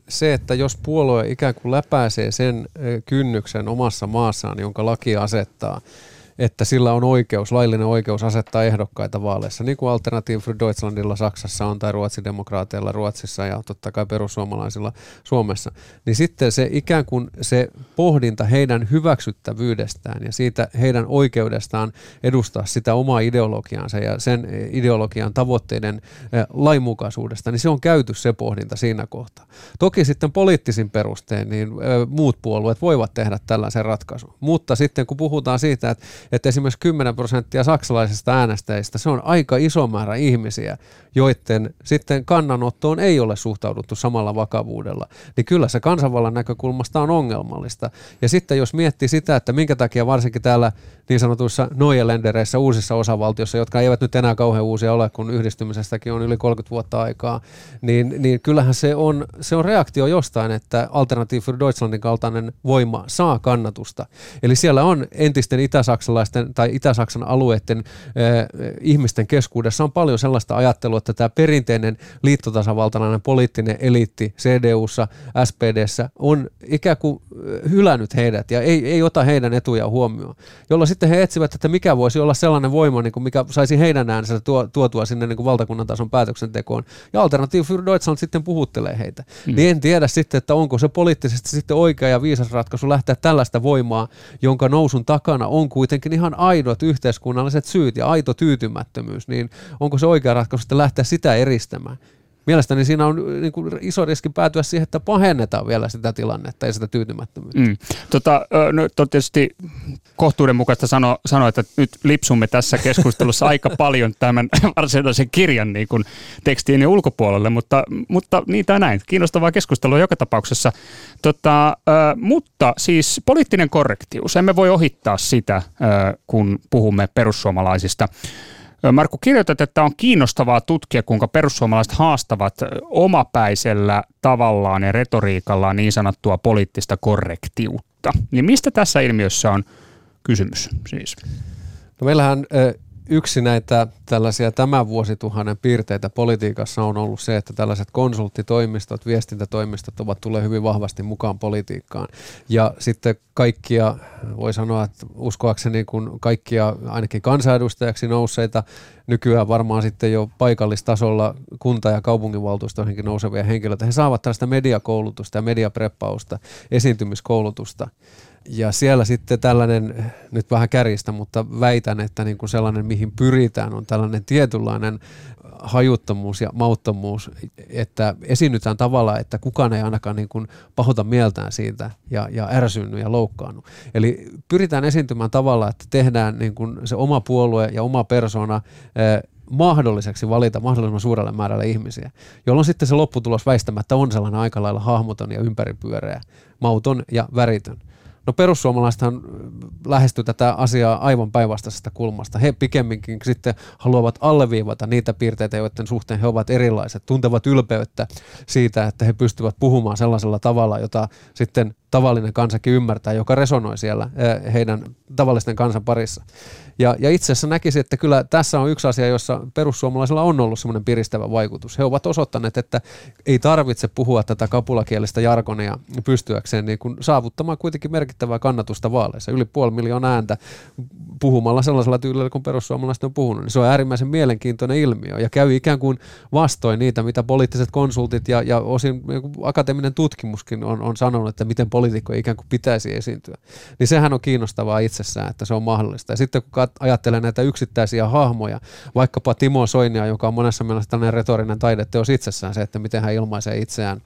D: se, että jos puolue ikään kuin läpäisee sen kynnyksen omassa maassaan, jonka laki asettaa, että sillä on oikeus, laillinen oikeus asettaa ehdokkaita vaaleissa, niin kuin Alternative für Deutschlandilla Saksassa on tai Ruotsidemokraateilla Ruotsissa ja totta kai perussuomalaisilla Suomessa, niin sitten se ikään kuin se pohdinta heidän hyväksyttävyydestään ja siitä heidän oikeudestaan edustaa sitä omaa ideologiaansa ja sen ideologian tavoitteiden lainmukaisuudesta, niin se on käyty se pohdinta siinä kohtaa. Toki sitten poliittisin perustein niin muut puolueet voivat tehdä tällaisen ratkaisun, mutta sitten kun puhutaan siitä, että että esimerkiksi kymmenen prosenttia saksalaisista äänestäjistä, se on aika iso määrä ihmisiä, joiden sitten kannanottoon ei ole suhtauduttu samalla vakavuudella, niin kyllä se kansanvallan näkökulmasta on ongelmallista. Ja sitten jos miettii sitä, että minkä takia varsinkin täällä niin sanotuissa Neue-Ländereissä uusissa osavaltioissa, jotka eivät nyt enää kauhean uusia ole, kun yhdistymisestäkin on yli kolmekymmentä vuotta aikaa, niin, niin kyllähän se on, se on reaktio jostain, että Alternative für Deutschlandin kaltainen voima saa kannatusta. Eli siellä on entisten itä-saksalaisten tai Itä-Saksan alueiden eh, ihmisten keskuudessa on paljon sellaista ajattelua, että tämä perinteinen liittotasavaltalainen poliittinen eliitti C D U:ssa, S P D:ssä on ikään kuin hylännyt heidät ja ei, ei ota heidän etujaan huomioon, jolloin sitten he etsivät, että mikä voisi olla sellainen voima, niin kuin mikä saisi heidän äänensä tuo, tuotua sinne niin kuin valtakunnan tason päätöksentekoon. Ja Alternative für Deutschland sitten puhuttelee heitä. Mm. Niin en tiedä sitten, että onko se poliittisesti sitten oikea ja viisas ratkaisu lähteä tällaista voimaa, jonka nousun takana on kuitenkin ihan aidot yhteiskunnalliset syyt ja aito tyytymättömyys, niin onko se oikea ratkaisu sitten lähteä sitä eristämään? Mielestäni siinä on niin kuin iso riski päätyä siihen, että pahennetaan vielä sitä tilannetta ja sitä tyytymättömyyttä. Mm.
C: Tota, no, tietysti kohtuudenmukaista sanoa, sano, että nyt lipsumme tässä keskustelussa aika paljon tämän varsinaisen kirjan niin kuin tekstien ulkopuolelle, mutta, mutta niin tai näin. Kiinnostavaa keskustelua joka tapauksessa. Tota, äh, mutta siis poliittinen korrektius, emme voi ohittaa sitä, äh, kun puhumme perussuomalaisista. Markku, kirjoitat, että on kiinnostavaa tutkia, kuinka perussuomalaiset haastavat omapäisellä tavallaan ja retoriikallaan niin sanottua poliittista korrektiutta. Niin mistä tässä ilmiössä on kysymys siis?
D: No meillähän yksi näitä tällaisia tämän vuosituhannen piirteitä politiikassa on ollut se, että tällaiset konsulttitoimistot, viestintätoimistot ovat tulleet hyvin vahvasti mukaan politiikkaan. Ja sitten kaikkia, voi sanoa, että uskoakseni kun kaikkia ainakin kansanedustajaksi nousseita, nykyään varmaan sitten jo paikallistasolla kunta- ja kaupunginvaltuustoihinkin nousevia henkilöitä, he saavat tällaista mediakoulutusta ja mediapreppausta, esiintymiskoulutusta. Ja siellä sitten tällainen, nyt vähän kärjistä, mutta väitän, että niin kuin sellainen, mihin pyritään, on tällainen tietynlainen hajuttomuus ja mauttomuus, että esiinnytään tavalla, että kukaan ei ainakaan niin kuin pahoita mieltään siitä ja, ja ärsynyt ja loukkaannut. Eli pyritään esiintymään tavalla, että tehdään niin kuin se oma puolue ja oma persona eh, mahdolliseksi valita mahdollisimman suurelle määrälle ihmisiä, jolloin sitten se lopputulos väistämättä on sellainen aika lailla hahmoton ja ympäripyöreä, mauton ja väritön. No perussuomalaisethan lähestyy tätä asiaa aivan päinvastaisesta kulmasta. He pikemminkin sitten haluavat alleviivata niitä piirteitä, joiden suhteen he ovat erilaiset, tuntevat ylpeyttä siitä, että he pystyvät puhumaan sellaisella tavalla, jota sitten tavallinen kansakin ymmärtää, joka resonoi siellä heidän tavallisten kansan parissa. Ja, ja itse asiassa näkisin, että kyllä tässä on yksi asia, jossa perussuomalaisilla on ollut semmoinen piristävä vaikutus. He ovat osoittaneet, että ei tarvitse puhua tätä kapulakielistä jargonia pystyäkseen niin kuin saavuttamaan kuitenkin merkittävää kannatusta vaaleissa. Yli puoli miljoonaa ääntä puhumalla sellaisella tyylillä, kun perussuomalaiset on puhunut. Niin se on äärimmäisen mielenkiintoinen ilmiö ja käy ikään kuin vastoin niitä, mitä poliittiset konsultit ja, ja osin akateeminen tutkimuskin on, on sanonut, että miten poliitikko ikään kuin pitäisi esiintyä. Niin sehän on kiinnostavaa itsessään, että se on mahdollista. Ja sitten kun ajattelen näitä yksittäisiä hahmoja, vaikkapa Timo Soinia, joka on monessa mielessä tällainen retorinen taideteos itsessään, se, että miten hän ilmaisee itseään,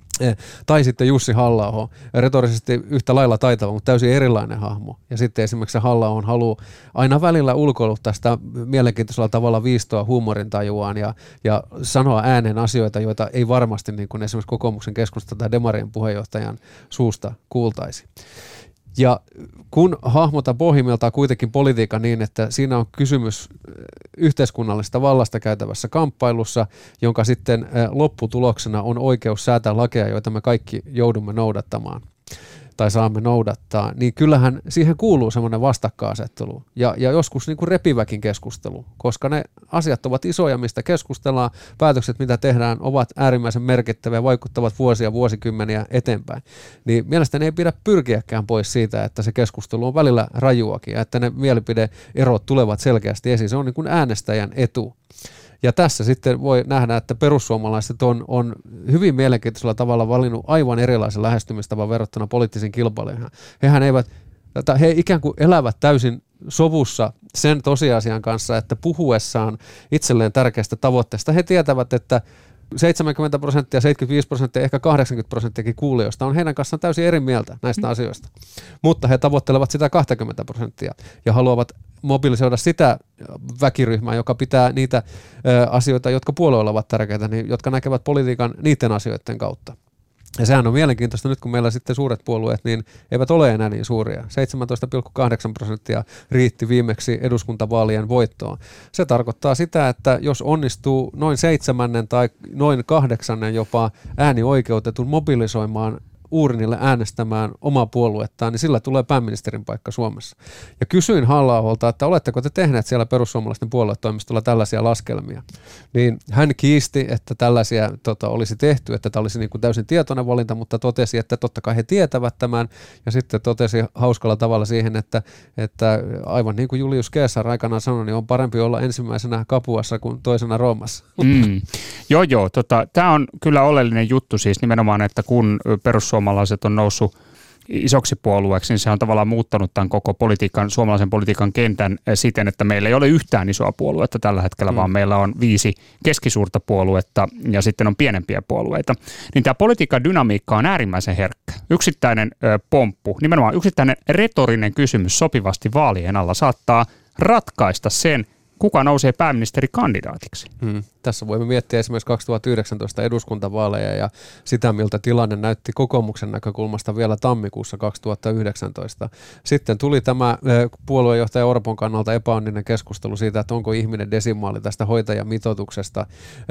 D: tai sitten Jussi Halla-aho, retorisesti yhtä lailla taitava, mutta täysin erilainen hahmo. Ja sitten esimerkiksi Halla-ahon haluaa aina välillä ulkoiluttaa sitä mielenkiintoisella tavalla viistoa huumorintajuaan ja, ja sanoa ääneen asioita, joita ei varmasti niin kuin esimerkiksi kokoomuksen keskusta tai Demarien puheenjohtajan suusta kuultaisi. Ja kun hahmota pohjimmiltaan kuitenkin politiikan niin, että siinä on kysymys yhteiskunnallisesta vallasta käytävässä kamppailussa, jonka sitten lopputuloksena on oikeus säätää lakeja, joita me kaikki joudumme noudattamaan, tai saamme noudattaa, niin kyllähän siihen kuuluu semmoinen vastakkainasettelu ja, ja joskus niin kuin repiväkin keskustelu, koska ne asiat ovat isoja, mistä keskustellaan, päätökset, mitä tehdään, ovat äärimmäisen merkittäviä ja vaikuttavat vuosia, vuosikymmeniä eteenpäin. Niin mielestäni ei pidä pyrkiäkään pois siitä, että se keskustelu on välillä rajuakin ja että ne mielipideerot tulevat selkeästi esiin. Se on niin kuin äänestäjän etu. Ja tässä sitten voi nähdä, että perussuomalaiset on, on hyvin mielenkiintoisella tavalla valinnut aivan erilaisen lähestymistavan verrattuna poliittisiin kilpailijoihin. Hehän eivät, he ikään kuin elävät täysin sovussa sen tosiasian kanssa, että puhuessaan itselleen tärkeästä tavoitteesta he tietävät, että seitsemänkymmentä prosenttia, seitsemänkymmentäviisi prosenttia, ehkä kahdeksankymmentä prosenttiakin kuulijoista on heidän kanssaan täysin eri mieltä näistä mm. asioista. Mutta he tavoittelevat sitä kaksikymmentä prosenttia ja haluavat mobilisoida sitä väkiryhmää, joka pitää niitä ö, asioita, jotka puolueilla ovat tärkeitä, niin, jotka näkevät politiikan niiden asioiden kautta. Ja sehän on mielenkiintoista nyt, kun meillä sitten suuret puolueet niin eivät ole enää niin suuria. seitsemäntoista pilkku kahdeksan prosenttia riitti viimeksi eduskuntavaalien voittoon. Se tarkoittaa sitä, että jos onnistuu noin seitsemännen tai noin kahdeksannen jopa äänioikeutetun mobilisoimaan uurnille äänestämään omaa puoluettaan, niin sillä tulee pääministerin paikka Suomessa. Ja kysyin Halla-aholta, että oletteko te tehneet siellä perussuomalaisten puoluetoimistolla tällaisia laskelmia. Niin hän kiisti, että tällaisia tota, olisi tehty, että tämä olisi niin kuin täysin tietoinen valinta, mutta totesi, että totta kai he tietävät tämän, ja sitten totesi hauskalla tavalla siihen, että, että aivan niin kuin Julius Caesar aikanaan sanoi, niin on parempi olla ensimmäisenä Kapuassa kuin toisena Roomassa.
C: Mm. Joo, joo. Tota, tämä on kyllä oleellinen juttu siis nimenomaan, että kun perussuomalaiset Suomalaiset on noussut isoksi puolueeksi, niin se on tavallaan muuttanut tämän koko politiikan, suomalaisen politiikan kentän siten, että meillä ei ole yhtään isoa puoluetta tällä hetkellä, mm. vaan meillä on viisi keskisuurta puoluetta ja sitten on pienempiä puolueita. Niin tämä politiikan dynamiikka on äärimmäisen herkkä. Yksittäinen ö, pomppu, nimenomaan yksittäinen retorinen kysymys sopivasti vaalien alla saattaa ratkaista sen, kuka nousee pääministerikandidaatiksi.
D: Hmm. Tässä voimme miettiä esimerkiksi kaksituhattayhdeksäntoista eduskuntavaaleja ja sitä, miltä tilanne näytti kokoomuksen näkökulmasta vielä tammikuussa kaksituhattayhdeksäntoista. Sitten tuli tämä puoluejohtaja Orpon kannalta epäonninen keskustelu siitä, että onko ihminen desimaali tästä hoitajamitoituksesta,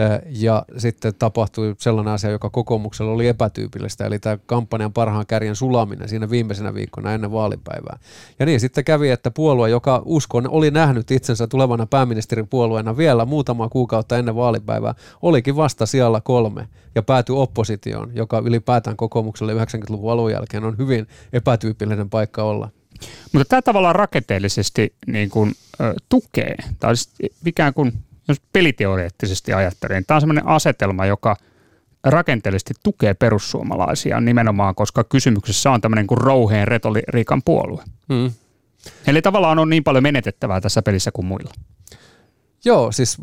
D: ja sitten tapahtui sellainen asia, joka kokoomuksella oli epätyypillistä, eli tämä kampanjan parhaan kärjen sulaminen siinä viimeisenä viikkona ennen vaalipäivää. Ja niin sitten kävi, että puolue, joka uskon oli nähnyt itsensä tulevana pääministeripuolueena vielä muutama kuukautta ennen vaalipäivää, olikin vasta sijalla kolme ja päätyi oppositioon, joka ylipäätään kokoomukselle yhdeksänkymmentäluvun alun jälkeen on hyvin epätyypillinen paikka olla.
C: Mutta tämä tavallaan rakenteellisesti niin kuin, ö, tukee, tai ikään kuin, jos peliteoreettisesti ajattelee, niin tämä on sellainen asetelma, joka rakenteellisesti tukee perussuomalaisia nimenomaan, koska kysymyksessä on tämmöinen kuin rouheen retoriikan puolue. Hmm. Eli tavallaan on niin paljon menetettävää tässä pelissä kuin muilla.
D: Joo, siis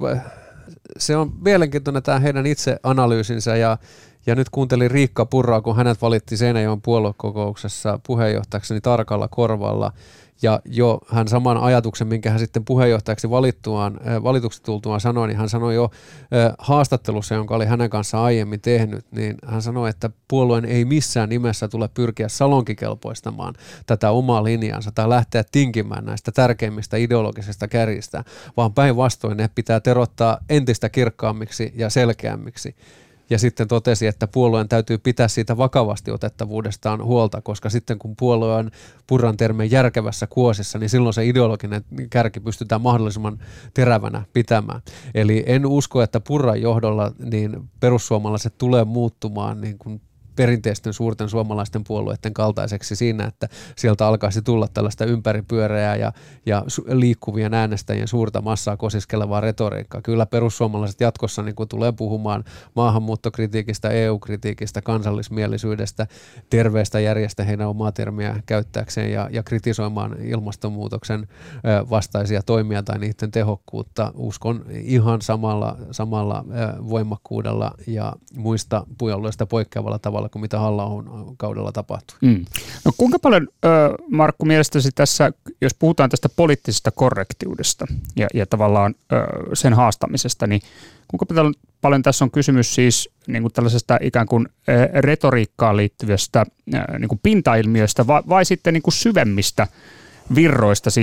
D: se on mielenkiintoinen tämä heidän itse analyysinsä ja, ja nyt kuuntelin Riikka Purraa, kun hänet valittiin Seinäjoen puoluekokouksessa puheenjohtajaksi niin tarkalla korvalla. Ja jo hän saman ajatuksen, minkä hän sitten puheenjohtajaksi valittuaan, valituksi tultuaan sanoi, niin hän sanoi jo haastattelussa, jonka oli hänen kanssaan aiemmin tehnyt, niin hän sanoi, että puolueen ei missään nimessä tule pyrkiä salonkikelpoistamaan tätä omaa linjansa tai lähteä tinkimään näistä tärkeimmistä ideologisista kärjistä, vaan päinvastoin ne pitää terottaa entistä kirkkaammiksi ja selkeämmiksi. Ja sitten totesi, että puolueen täytyy pitää siitä vakavasti otettavuudestaan huolta, koska sitten kun puolue on Purran termeen järkevässä kuosissa, niin silloin se ideologinen kärki pystytään mahdollisimman terävänä pitämään. Eli en usko, että Purran johdolla niin perussuomalaiset tulee muuttumaan niin kuin perinteisten suurten suomalaisten puolueiden kaltaiseksi siinä, että sieltä alkaisi tulla tällaista ympäripyöreää ja, ja liikkuvien äänestäjien suurta massaa kosiskelevaa retoriikkaa. Kyllä perussuomalaiset jatkossa niin kuin tulee puhumaan maahanmuuttokritiikistä, E U-kritiikistä, kansallismielisyydestä, terveestä järjestä heidän omaa termiä käyttääkseen ja, ja kritisoimaan ilmastonmuutoksen vastaisia toimia tai niiden tehokkuutta. Uskon ihan samalla, samalla voimakkuudella ja muista puolueista poikkeavalla tavalla kuin mitä Halla-ahon kaudella tapahtui. Mm.
C: No kuinka paljon, Markku, mielestäsi tässä, jos puhutaan tästä poliittisesta korrektiudesta ja, ja tavallaan sen haastamisesta, niin kuinka paljon tässä on kysymys siis niin kuin tällaisesta ikään kuin retoriikkaan liittyvästä niin kuin pintailmiöstä vai, vai sitten niin kuin syvemmistä virroista, siis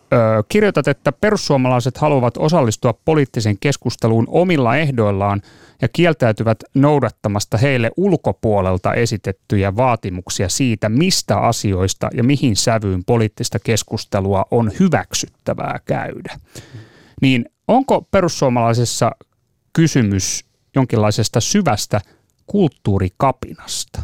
C: ö, kirjoitat, että perussuomalaiset haluavat osallistua poliittiseen keskusteluun omilla ehdoillaan ja kieltäytyvät noudattamasta heille ulkopuolelta esitettyjä vaatimuksia siitä, mistä asioista ja mihin sävyyn poliittista keskustelua on hyväksyttävää käydä. Niin onko perussuomalaisessa kysymys jonkinlaisesta syvästä kulttuurikapinasta?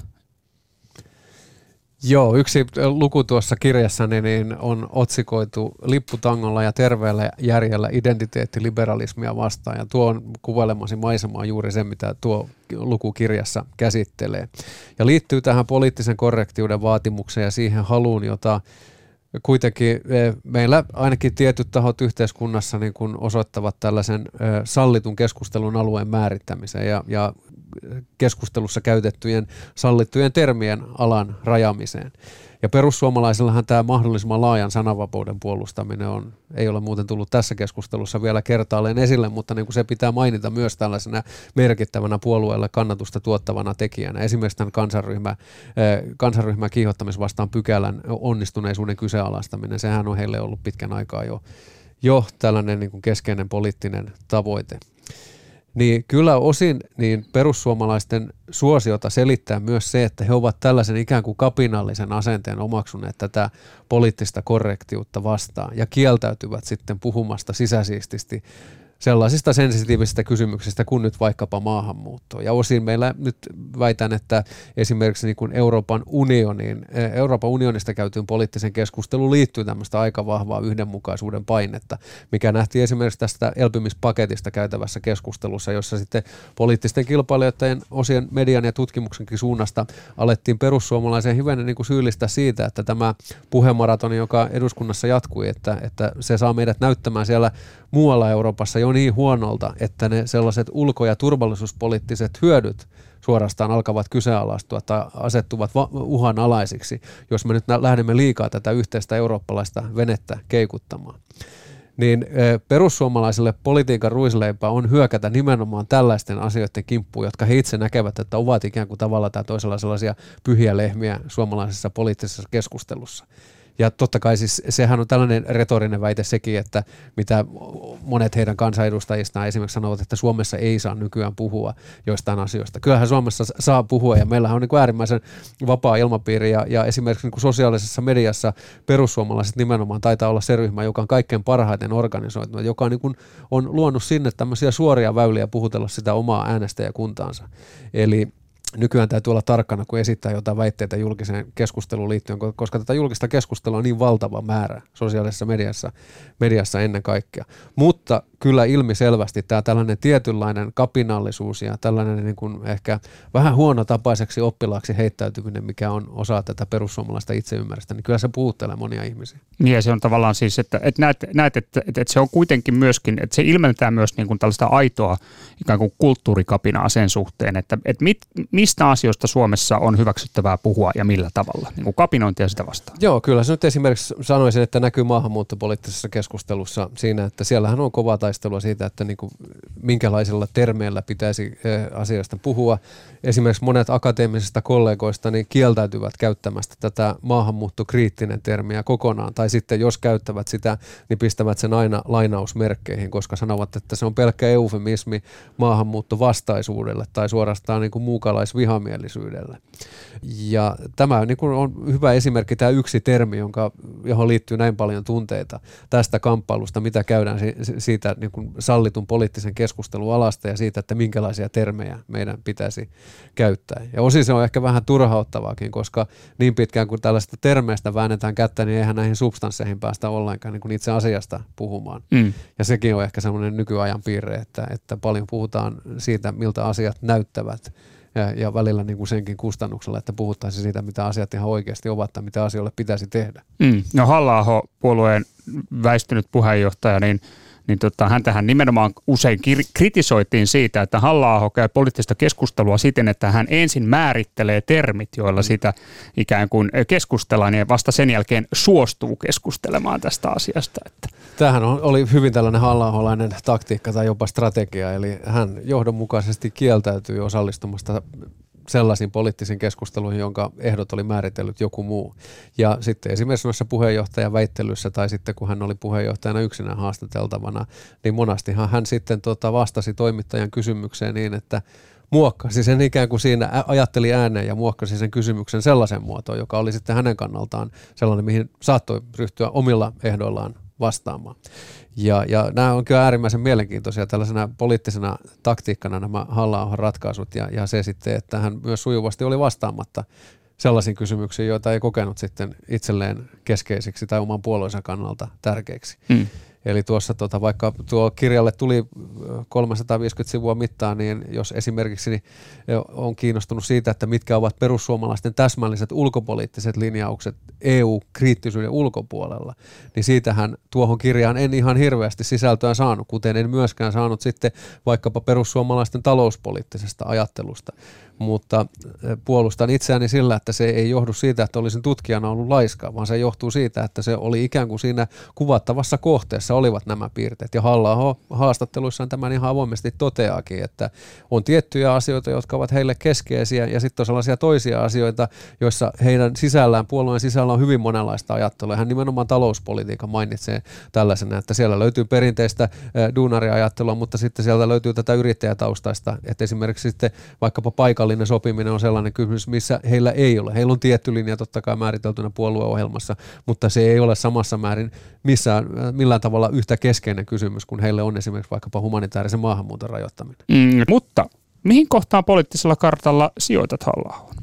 D: Joo, yksi luku tuossa kirjassani niin on otsikoitu lipputangolla ja terveellä järjellä identiteettiliberalismia vastaan, ja tuo on kuvailemasi maisemaa juuri se, mitä tuo luku kirjassa käsittelee. Ja liittyy tähän poliittisen korrektiuden vaatimukseen ja siihen haluun, jota kuitenkin meillä ainakin tietyt tahot yhteiskunnassa niin kun osoittavat tällaisen sallitun keskustelun alueen määrittämisen ja, ja keskustelussa käytettyjen sallittujen termien alan rajaamiseen. Ja perussuomalaisillahan tämä mahdollisimman laajan sananvapauden puolustaminen on, ei ole muuten tullut tässä keskustelussa vielä kertaalleen esille, mutta niin kuin se pitää mainita myös tällaisena merkittävänä puolueelle kannatusta tuottavana tekijänä. Esimerkiksi tämän kansanryhmä, kansanryhmän kiihottamisvastaan pykälän onnistuneisuuden kyseenalaistaminen, sehän on heille ollut pitkän aikaa jo, jo tällainen niin kuin keskeinen poliittinen tavoite. Niin kyllä osin niin perussuomalaisten suosiota selittää myös se, että he ovat tällaisen ikään kuin kapinallisen asenteen omaksuneet tätä poliittista korrektiutta vastaan ja kieltäytyvät sitten puhumasta sisäsiististi sellaisista sensitiivisistä kysymyksistä kuin nyt vaikkapa maahanmuutto. Ja osin meillä nyt väitän, että esimerkiksi niin kuin Euroopan unioniin, Euroopan unionista käytyyn poliittisen keskusteluun liittyy tämmöistä aika vahvaa yhdenmukaisuuden painetta, mikä nähtiin esimerkiksi tästä elpymispaketista käytävässä keskustelussa, jossa sitten poliittisten kilpailijoiden osien median ja tutkimuksenkin suunnasta alettiin perussuomalaisen hivenen niin kuin syyllistä siitä, että tämä puhemaratoni, joka eduskunnassa jatkui, että, että se saa meidät näyttämään siellä muualla Euroopassa jo niin huonolta, että ne sellaiset ulko- ja turvallisuuspoliittiset hyödyt suorastaan alkavat kyseenalaistua tai asettuvat uhanalaisiksi, jos me nyt lähdemme liikaa tätä yhteistä eurooppalaista venettä keikuttamaan. Niin perussuomalaisille politiikan ruisleipä on hyökätä nimenomaan tällaisten asioiden kimppuun, jotka he itse näkevät, että ovat ikään kuin tavalla tai toisella sellaisia pyhiä lehmiä suomalaisessa poliittisessa keskustelussa. Ja totta kai siis sehän on tällainen retorinen väite sekin, että mitä monet heidän kansanedustajistaan esimerkiksi sanovat, että Suomessa ei saa nykyään puhua joistain asioista. Kyllähän Suomessa saa puhua ja meillähän on niin kuin äärimmäisen vapaa ilmapiiri ja, ja esimerkiksi niin kuin sosiaalisessa mediassa perussuomalaiset nimenomaan taitaa olla se ryhmä, joka on kaikkein parhaiten organisoitunut, joka niin kuin on luonut sinne tämmöisiä suoria väyliä puhutella sitä omaa äänestäjäkuntaansa. Eli nykyään täytyy olla tarkkana, kun esittää jotain väitteitä julkiseen keskusteluun liittyen, koska tätä julkista keskustelua on niin valtava määrä sosiaalisessa mediassa, mediassa ennen kaikkea. Mutta kyllä ilmiselvästi tämä tällainen tietynlainen kapinallisuus ja tällainen niin kuin ehkä vähän huonotapaiseksi oppilaaksi heittäytyminen, mikä on osa tätä perussuomalaista itseymmärrystä, niin kyllä se puhuttelee monia ihmisiä.
C: Niin ja se on tavallaan siis, että, että näet, näet että, että, että se on kuitenkin myöskin, että se ilmentää myös niin kuin tällaista aitoa ikään kuin kulttuurikapinaa sen suhteen, että, että mit, mistä asioista Suomessa on hyväksyttävää puhua ja millä tavalla, niin kuin kapinointia sitä vastaan.
D: Joo, kyllä se nyt esimerkiksi sanoisin, että näkyy maahanmuuttopoliittisessa keskustelussa siinä, että siellähän on kovaa taistelua siitä, että niin kuin minkälaisilla termeillä pitäisi asioista puhua. Esimerkiksi monet akateemisista kollegoista niin kieltäytyvät käyttämästä tätä maahanmuuttokriittinen termiä kokonaan, tai sitten jos käyttävät sitä, niin pistävät sen aina lainausmerkkeihin, koska sanovat, että se on pelkkä eufemismi maahanmuuttovastaisuudelle tai suorastaan niin kuin muukalaisvihamielisyydelle. Ja tämä niin kuin on hyvä esimerkki, tämä yksi termi, jonka, johon liittyy näin paljon tunteita tästä kamppailusta, mitä käydään siitä niin kuin sallitun poliittisen keskustelun alasta ja siitä, että minkälaisia termejä meidän pitäisi käyttää. Ja osin se on ehkä vähän turhauttavaakin, koska niin pitkään kuin tällaista termeistä väännetään kättä, niin eihän näihin substansseihin päästä ollenkaan niin kuin itse asiasta puhumaan. Mm. Ja sekin on ehkä semmoinen nykyajan piirre, että, että paljon puhutaan siitä, miltä asiat näyttävät. Ja, ja välillä niin kuin senkin kustannuksella, että puhuttaisiin siitä, mitä asiat ihan oikeasti ovat tai mitä asioille pitäisi tehdä.
C: Mm. No Halla-aho, puolueen väistynyt puheenjohtaja, niin, niin tota, häntähän nimenomaan usein kir- kritisoitiin siitä, että Halla-aho käy poliittista keskustelua siten, että hän ensin määrittelee termit, joilla mm. sitä ikään kuin keskustellaan ja vasta sen jälkeen suostuu keskustelemaan tästä asiasta. Että.
D: Tämähän oli hyvin tällainen Halla-aholainen taktiikka tai jopa strategia, eli hän johdonmukaisesti kieltäytyi osallistumasta sellaisiin poliittisiin keskusteluihin, jonka ehdot oli määritellyt joku muu. Ja sitten esimerkiksi noissa puheenjohtajan väittelyissä tai sitten kun hän oli puheenjohtajana yksinään haastateltavana, niin monastihan hän sitten tota vastasi toimittajan kysymykseen niin, että muokkasi sen ikään kuin siinä, ajatteli ääneen ja muokkasi sen kysymyksen sellaisen muotoon, joka oli sitten hänen kannaltaan sellainen, mihin saattoi ryhtyä omilla ehdoillaan vastaamaan. Ja, ja nämä on kyllä äärimmäisen mielenkiintoisia tällaisena poliittisena taktiikkana nämä Halla-ahon ratkaisut ja, ja se sitten, että hän myös sujuvasti oli vastaamatta sellaisiin kysymyksiin, joita ei kokenut sitten itselleen keskeisiksi tai oman puolueensa kannalta tärkeiksi. Hmm. Eli tuossa tota, vaikka tuo kirjalle tuli kolmesataaviisikymmentä sivua mittaan, niin jos esimerkiksi niin on kiinnostunut siitä, että mitkä ovat perussuomalaisten täsmälliset ulkopoliittiset linjaukset E U-kriittisyyden ulkopuolella, niin siitähän tuohon kirjaan en ihan hirveästi sisältöä saanut, kuten en myöskään saanut sitten vaikkapa perussuomalaisten talouspoliittisesta ajattelusta. Mutta puolustan itseäni sillä, että se ei johdu siitä, että olisin tutkijana ollut laiska, vaan se johtuu siitä, että se oli ikään kuin siinä kuvattavassa kohteessa olivat nämä piirteet. Ja Halla-aho haastatteluissaan tämän ihan avoimesti toteaakin, että on tiettyjä asioita, jotka ovat heille keskeisiä, ja sitten on sellaisia toisia asioita, joissa heidän sisällään, puolueen sisällä on hyvin monenlaista ajattelua. Hän nimenomaan talouspolitiikan mainitsee tällaisena, että siellä löytyy perinteistä duunariajattelua, mutta sitten sieltä löytyy tätä yrittäjätaustaista, että esimerkiksi sitten vaikkapa paikallinen sopiminen on sellainen kysymys, missä heillä ei ole. Heillä on tietty linja totta kai määriteltynä puolueohjelmassa, mutta se ei ole samassa määrin missään, millään tavalla yhtä keskeinen kysymys, kun heille on esimerkiksi vaikkapa humanitaarisen maahanmuuton rajoittaminen.
C: Mm, mutta mihin kohtaan poliittisella kartalla sijoitat Halla-ahon?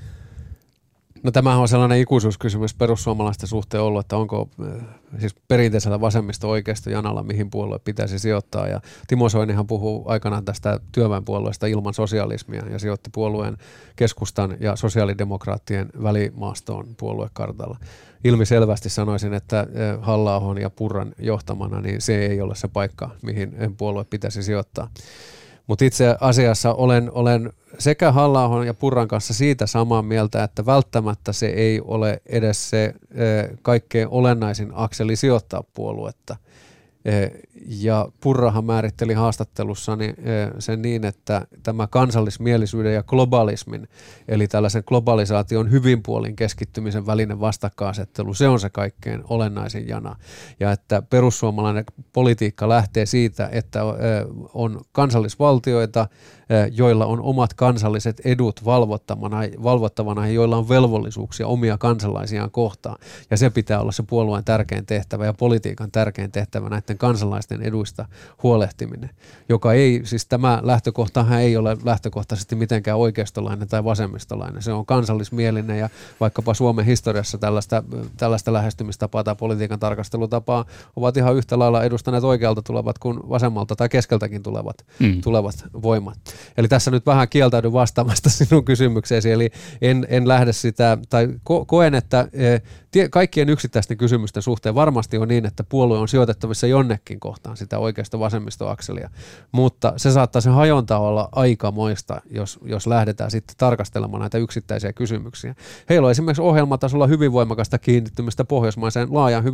D: No tämähän on sellainen ikuisuuskysymys perussuomalaisten suhteen ollut, että onko siis perinteisellä vasemmisto-oikeisto-janalla, mihin puolue pitäisi sijoittaa. Ja Timo Soinihan puhuu aikanaan tästä työväenpuolueesta ilman sosialismia ja sijoitti puolueen keskustan ja sosiaalidemokraattien välimaastoon puoluekartalla. Ilmiselvästi sanoisin, että Halla-ahon ja Purran johtamana niin se ei ole se paikka, mihin puolue pitäisi sijoittaa. Mutta itse asiassa olen, olen sekä Halla-ahon ja Purran kanssa siitä samaa mieltä, että välttämättä se ei ole edes se e, kaikkein olennaisin akseli sijoittaa puoluetta. E, ja Purrahan määritteli haastattelussani e, sen niin, että tämä kansallismielisyyden ja globalismin, eli tällaisen globalisaation hyvinpuolin keskittymisen välinen vastakkainasettelu, se on se kaikkein olennaisin jana. Ja että perussuomalainen politiikka lähtee siitä, että e, on kansallisvaltioita, joilla on omat kansalliset edut valvottavana, valvottavana ja joilla on velvollisuuksia omia kansalaisiaan kohtaan. Ja se pitää olla se puolueen tärkein tehtävä ja politiikan tärkein tehtävä näiden kansalaisten eduista huolehtiminen, joka ei, siis tämä lähtökohtahan ei ole lähtökohtaisesti mitenkään oikeistolainen tai vasemmistolainen. Se on kansallismielinen ja vaikkapa Suomen historiassa tällaista, tällaista lähestymistapaa tai politiikan tarkastelutapaa ovat ihan yhtä lailla edustaneet oikealta tulevat kuin vasemmalta tai keskeltäkin tulevat, mm. tulevat voimat. Eli tässä nyt vähän kieltäydyn vastaamasta sinun kysymykseesi, eli en, en lähde sitä, tai ko- koen, että e, tie, kaikkien yksittäisten kysymysten suhteen varmasti on niin, että puolue on sijoitettavissa jonnekin kohtaan sitä oikeasta vasemmistoakselia, mutta se saattaa se hajonta olla aikamoista, jos, jos lähdetään sitten tarkastelemaan näitä yksittäisiä kysymyksiä. Heillä on esimerkiksi ohjelmatasolla hyvin voimakasta kiinnittymistä pohjoismaiseen laajan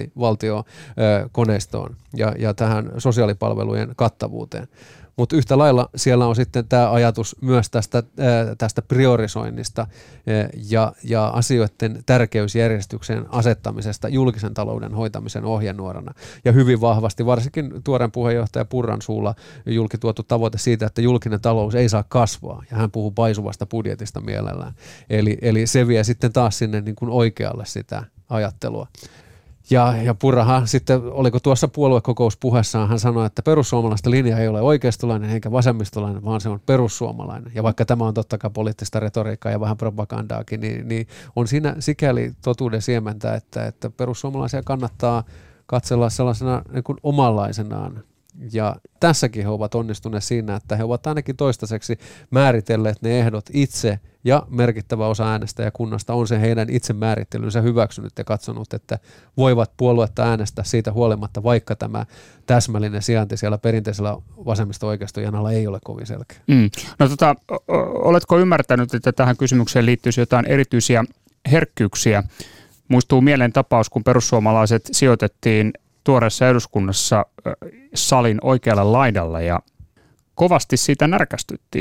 D: hyvinvointivaltiokoneistoon ja, ja tähän sosiaalipalvelujen kattavuuteen. Mutta yhtä lailla siellä on sitten tämä ajatus myös tästä, ää, tästä priorisoinnista ää, ja, ja asioiden tärkeysjärjestyksen asettamisesta julkisen talouden hoitamisen ohjenuorana. Ja hyvin vahvasti, varsinkin tuoren puheenjohtaja Purran suulla julkituotu tavoite siitä, että julkinen talous ei saa kasvaa. Ja hän puhuu paisuvasta budjetista mielellään. Eli, eli se vie sitten taas sinne niin kuin oikealle sitä ajattelua. Ja, ja Purrahan sitten, oliko tuossa puoluekokouspuheessaan, hän sanoi, että perussuomalaisten linja ei ole oikeistolainen eikä vasemmistolainen, vaan se on perussuomalainen. Ja vaikka tämä on totta kai poliittista retoriikkaa ja vähän propagandaakin, niin, niin on siinä sikäli totuuden siementä, että, että perussuomalaisia kannattaa katsella sellaisena niin kuin omanlaisenaan. Ja tässäkin he ovat onnistuneet siinä, että he ovat ainakin toistaiseksi määritelleet ne ehdot itse ja merkittävä osa äänestäjäkunnasta on se heidän itse määrittelynsä hyväksynyt ja katsonut, että voivat puoluetta äänestää siitä huolimatta, vaikka tämä täsmällinen sijainti siellä perinteisellä vasemmisto-oikeistojanalla ei ole kovin selkeä.
C: Mm. No tota, oletko ymmärtänyt, että tähän kysymykseen liittyisi jotain erityisiä herkkyyksiä? Muistuu mieleen tapaus, kun perussuomalaiset sijoitettiin tuoreessa eduskunnassa salin oikealla laidalla ja kovasti siitä närkästyttiin.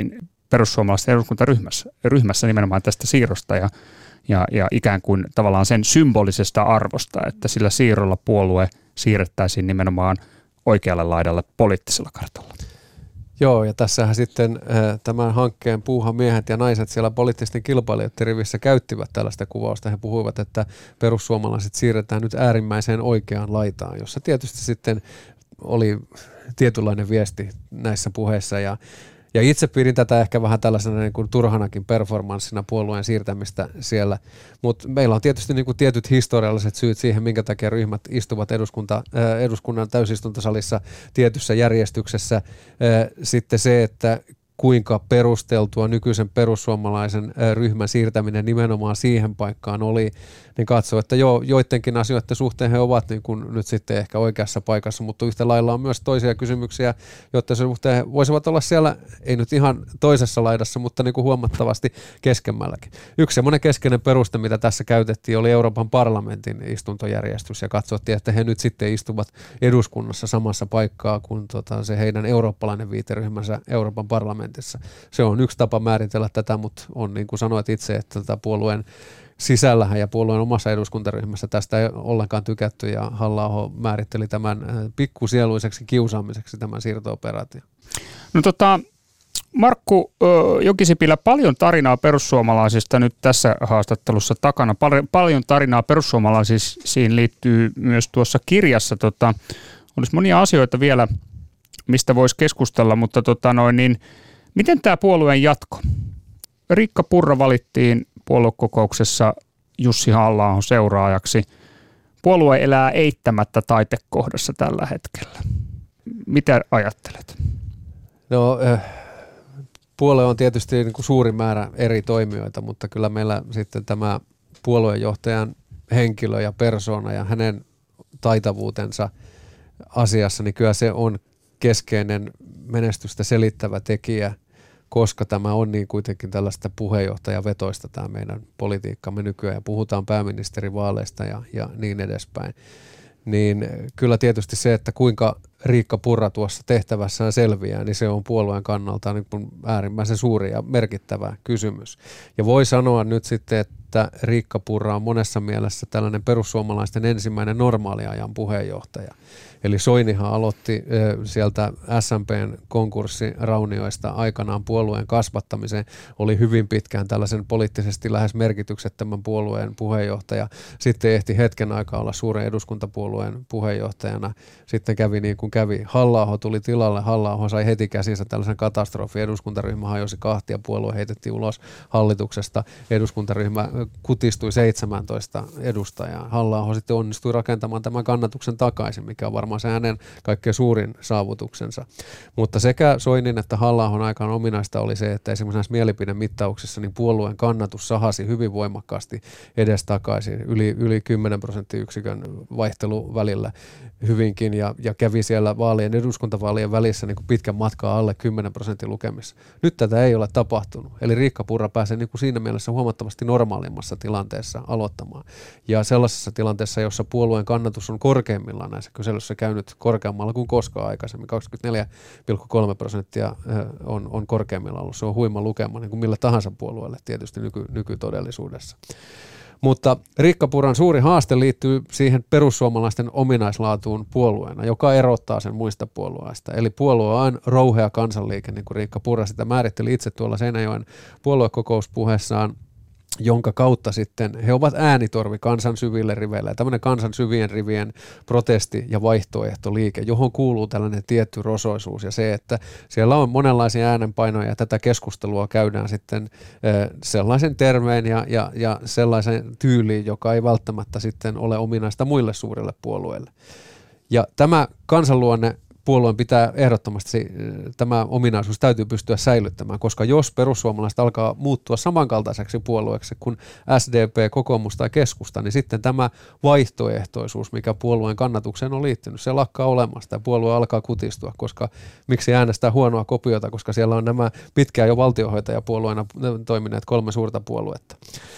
C: perussuomalaisten eduskuntaryhmässä ryhmässä nimenomaan tästä siirrosta ja, ja, ja ikään kuin tavallaan sen symbolisesta arvosta, että sillä siirrolla puolue siirrettäisiin nimenomaan oikealle laidalle poliittisella kartalla.
D: Joo, ja tässähän sitten äh, tämän hankkeen puuhamiehet ja naiset siellä poliittisten kilpailijoiden rivissä käyttivät tällaista kuvausta. He puhuivat, että perussuomalaiset siirretään nyt äärimmäiseen oikeaan laitaan, jossa tietysti sitten oli tietynlainen viesti näissä puheissa. Ja, ja itse pidin tätä ehkä vähän tällaisena niin kuin turhanakin performanssina puolueen siirtämistä siellä. Mutta meillä on tietysti niin kuin tietyt historialliset syyt siihen, minkä takia ryhmät istuvat eduskunta, äh, eduskunnan täysistuntosalissa tietyssä järjestyksessä. Äh, sitten se, että kuinka perusteltua nykyisen perussuomalaisen ryhmän siirtäminen nimenomaan siihen paikkaan oli, niin katsoo, että jo, joidenkin asioiden suhteen he ovat niin kuin nyt sitten ehkä oikeassa paikassa, mutta yhtä lailla on myös toisia kysymyksiä, jotta se suhteen voisivat olla siellä, ei nyt ihan toisessa laidassa, mutta niin kuin huomattavasti keskemmälläkin. Yksi semmoinen keskeinen peruste, mitä tässä käytettiin, oli Euroopan parlamentin istuntojärjestys, ja katsottiin, että he nyt sitten istuvat eduskunnassa samassa paikkaa kuin tota, se heidän eurooppalainen viiteryhmänsä Euroopan parlamentissa. Se on yksi tapa määritellä tätä, mutta on niin kuin sanoit itse, että tätä puolueen sisällähän ja puolueen omassa eduskuntaryhmässä tästä ei ollenkaan tykätty, ja Halla-aho määritteli tämän pikkusieluiseksi kiusaamiseksi tämän siirto-operaation.
C: No tota, Markku Jokisipilä, paljon tarinaa perussuomalaisista nyt tässä haastattelussa takana. Pal- paljon tarinaa perussuomalaisiin liittyy myös tuossa kirjassa. Tota, olisi monia asioita vielä, mistä voisi keskustella, mutta tota noin, niin miten tämä puolueen jatko? Riikka Purra valittiin puoluekokouksessa Jussi Halla-ahon seuraajaksi. Puolue elää eittämättä taitekohdassa tällä hetkellä. Mitä ajattelet?
D: No, äh, puolue on tietysti niin kuin suuri määrä eri toimijoita, mutta kyllä meillä sitten tämä puoluejohtajan henkilö ja persoona ja hänen taitavuutensa asiassa, niin kyllä se on keskeinen menestystä selittävä tekijä, koska tämä on niin kuitenkin tällaista puheenjohtajavetoista tämä meidän politiikkamme nykyään, ja puhutaan pääministerivaaleista ja, ja niin edespäin. Niin kyllä tietysti se, että kuinka Riikka Purra tuossa tehtävässään selviää, niin se on puolueen kannalta niin kuin äärimmäisen suuri ja merkittävä kysymys. Ja voi sanoa nyt sitten, että Riikka Purra on monessa mielessä tällainen perussuomalaisten ensimmäinen normaaliajan puheenjohtaja. Eli Soinihan aloitti sieltä S M P:n konkurssiraunioista aikanaan puolueen kasvattamiseen, oli hyvin pitkään tällaisen poliittisesti lähes merkityksettömän puolueen puheenjohtaja. Sitten ehti hetken aikaa olla suuren eduskuntapuolueen puheenjohtajana. Sitten kävi niin kuin kävi. Halla-aho tuli tilalle. Halla-aho sai heti käsinsä tällaisen katastrofin. Eduskuntaryhmä hajosi kahtia, puolue heitettiin ulos hallituksesta. Eduskuntaryhmä kutistui seitsemäntoista edustajaa. Halla-aho sitten onnistui rakentamaan tämän kannatuksen takaisin, mikä on varmaan se hänen kaikkein suurin saavutuksensa. Mutta sekä Soinin että Halla-ahon aikaan ominaista oli se, että esimerkiksi näissä mielipidemittauksissa niin puolueen kannatus sahasi hyvin voimakkaasti edestakaisin, yli, yli kymmenen prosenttiyksikön vaihtelu välillä hyvinkin, ja, ja kävi siellä vaalien, eduskuntavaalien välissä niin kuin pitkän matkaa alle kymmenen prosentin lukemissa. Nyt tätä ei ole tapahtunut, eli Riikka Purra pääsee niin kuin siinä mielessä huomattavasti normaalimmassa tilanteessa aloittamaan. Ja sellaisessa tilanteessa, jossa puolueen kannatus on korkeimmillaan näissä kyselyssä käynyt korkeammalla kuin koskaan aikaisemmin, kaksikymmentäneljä pilkku kolme prosenttia on, on korkeimmillaan ollut. Se on huima lukema niin kuin millä tahansa puolueelle tietysti nyky, nykytodellisuudessa. Mutta Riikka Purran suuri haaste liittyy siihen perussuomalaisten ominaislaatuun puolueena, joka erottaa sen muista puolueista. Eli puolue on rouhea kansanliike, niin kuin Riikka Purra sitä määritteli itse tuolla Seinäjoen puoluekokouspuheessaan, jonka kautta sitten he ovat äänitorvi kansan syville riveille. Ja tämmöinen kansan syvien rivien protesti- ja vaihtoehtoliike, johon kuuluu tällainen tietty rosoisuus ja se, että siellä on monenlaisia äänenpainoja ja tätä keskustelua käydään sitten sellaisen termeen ja, ja, ja sellaisen tyyliin, joka ei välttämättä sitten ole ominaista muille suurille puolueille. Ja tämä kansanluonne puolueen pitää ehdottomasti, tämä ominaisuus täytyy pystyä säilyttämään, koska jos perussuomalaiset alkaa muuttua samankaltaiseksi puolueeksi kuin S D P, kokoomus tai keskusta, niin sitten tämä vaihtoehtoisuus, mikä puolueen kannatukseen on liittynyt, se lakkaa olemasta ja puolue alkaa kutistua, koska miksi äänestää huonoa kopiota, koska siellä on nämä pitkään jo valtionhoitajapuolueena toimineet kolme suurta puoluetta.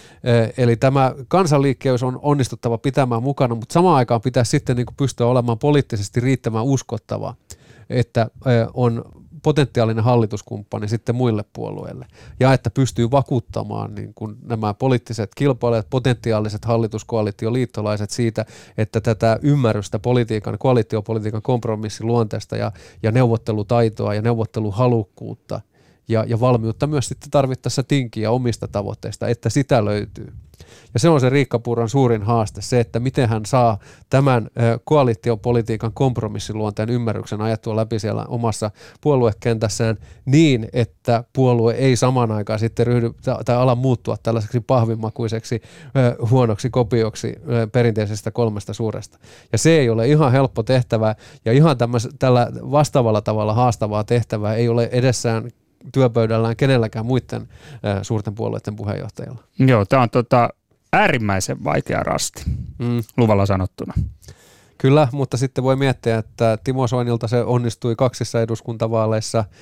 D: Eli tämä kansanliikkeys on onnistuttava pitämään mukana, mutta samaan aikaan pitää sitten niin kuin pystyä olemaan poliittisesti riittävän uskottava, että on potentiaalinen hallituskumppani sitten muille puolueille ja että pystyy vakuuttamaan niin kuin nämä poliittiset kilpailijat, potentiaaliset hallituskoalitioliittolaiset siitä, että tätä ymmärrystä politiikan, koalitiopolitiikan kompromissiluonteesta ja, ja neuvottelutaitoa ja neuvotteluhalukkuutta ja, ja valmiutta myös sitten tarvittaessa tinkiä omista tavoitteista, että sitä löytyy. Ja se on se Riikka Purran suurin haaste, se, että miten hän saa tämän koalitiopolitiikan kompromissiluonteen ymmärryksen ajettua läpi siellä omassa puoluekentässään niin, että puolue ei samaan aikaan sitten ryhdy tai ala muuttua tällaiseksi pahvimakuiseksi huonoksi kopioksi perinteisestä kolmesta suuresta. Ja se ei ole ihan helppo tehtävä ja ihan tällä vastaavalla tavalla haastavaa tehtävää ei ole edessään työpöydällään kenelläkään muiden äh, suurten puolueiden puheenjohtajilla.
C: Joo, tämä on tota, äärimmäisen vaikea rasti, mm. luvalla sanottuna.
D: Kyllä, mutta sitten voi miettiä, että Timo Soinilta se onnistui kaksissa eduskuntavaaleissa äh,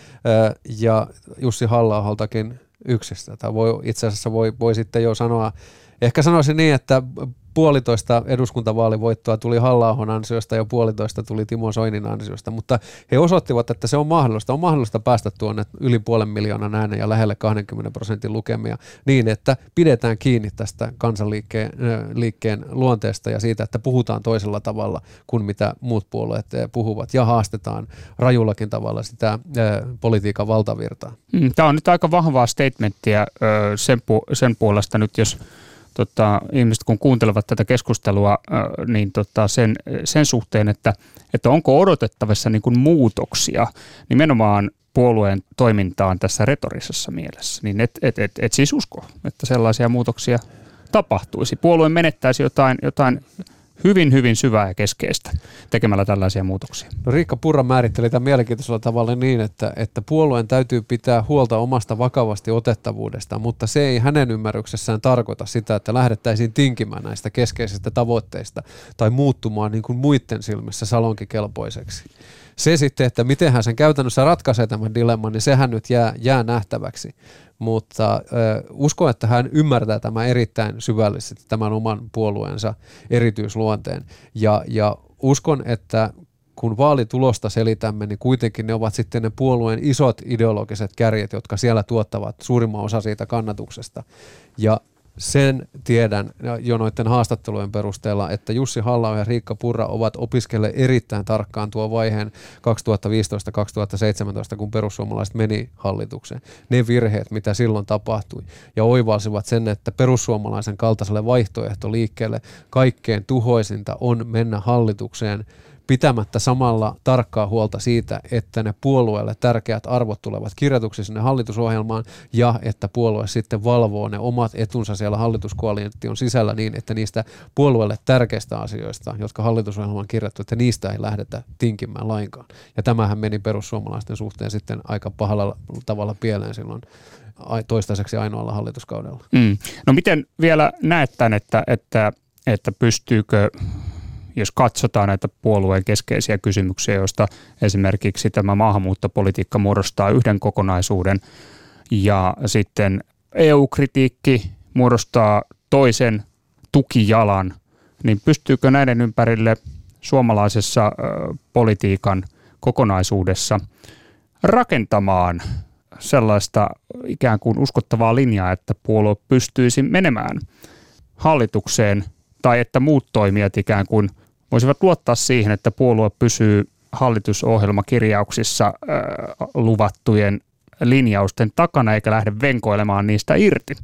D: ja Jussi Halla-aholtakin yksistä. Tai voi, itse asiassa voi, voi sitten jo sanoa, ehkä sanoisin niin, että puolitoista eduskuntavaalivoittoa tuli Halla-ahon ansiosta ja puolitoista tuli Timo Soinin ansiosta, mutta he osoittivat, että se on mahdollista. On mahdollista päästä tuonne yli puolen miljoonan äänen ja lähelle kaksikymmentä prosentin lukemia niin, että pidetään kiinni tästä kansanliikkeen liikkeen luonteesta ja siitä, että puhutaan toisella tavalla kuin mitä muut puolueet puhuvat ja haastetaan rajullakin tavalla sitä politiikan valtavirtaa.
C: Tämä on nyt aika vahvaa statementtia sen, pu- sen puolesta nyt, jos Tota, ihmiset kun kuuntelevat tätä keskustelua, niin tota sen, sen suhteen, että, että onko odotettavissa niin kuin muutoksia nimenomaan puolueen toimintaan tässä retorisessa mielessä, niin et, et, et, et siis usko, että sellaisia muutoksia tapahtuisi. Puolue menettäisi jotain, jotain hyvin, hyvin syvää ja keskeistä tekemällä tällaisia muutoksia.
D: No Riikka Purra määritteli tämän mielenkiintoisella tavalla niin, että, että puolueen täytyy pitää huolta omasta vakavasti otettavuudesta, mutta se ei hänen ymmärryksessään tarkoita sitä, että lähdettäisiin tinkimään näistä keskeisistä tavoitteista tai muuttumaan niin kuin muiden silmissä salonkikelpoiseksi. Se sitten, että miten hän sen käytännössä ratkaisee tämän dilemman, niin sehän nyt jää, jää nähtäväksi. Mutta äh, uskon, että hän ymmärtää tämän erittäin syvällisesti, tämän oman puolueensa erityisluonteen. Ja, ja uskon, että kun vaalitulosta selitämme, niin kuitenkin ne ovat sitten ne puolueen isot ideologiset kärjet, jotka siellä tuottavat suurimman osa siitä kannatuksesta. Ja sen tiedän jo noiden haastattelujen perusteella, että Jussi Halla-aho ja Riikka Purra ovat opiskelleet erittäin tarkkaan tuo vaiheen kaksituhattaviisitoista kaksituhattaseitsemäntoista, kun perussuomalaiset meni hallitukseen. Ne virheet, mitä silloin tapahtui, ja oivalsivat sen, että perussuomalaisen kaltaiselle vaihtoehtoliikkeelle kaikkein tuhoisinta on mennä hallitukseen pitämättä samalla tarkkaa huolta siitä, että ne puolueelle tärkeät arvot tulevat kirjatuksi sinne hallitusohjelmaan ja että puolue sitten valvoo ne omat etunsa siellä hallituskoalition sisällä niin, että niistä puolueelle tärkeistä asioista, jotka hallitusohjelmaan on kirjattu, että niistä ei lähdetä tinkimään lainkaan. Ja tämähän meni perussuomalaisten suhteen sitten aika pahalla tavalla pieleen silloin toistaiseksi ainoalla hallituskaudella.
C: Mm. No miten vielä näet tämän, että, että, että pystyykö, jos katsotaan näitä puolueen keskeisiä kysymyksiä, joista esimerkiksi tämä maahanmuuttopolitiikka muodostaa yhden kokonaisuuden ja sitten E U-kritiikki muodostaa toisen tukijalan, niin pystyykö näiden ympärille suomalaisessa politiikan kokonaisuudessa rakentamaan sellaista ikään kuin uskottavaa linjaa, että puolue pystyisi menemään hallitukseen tai että muut toimijat ikään kuin voisivat luottaa siihen, että puolue pysyy hallitusohjelmakirjauksissa äh, luvattujen linjausten takana eikä lähde venkoilemaan niistä irti.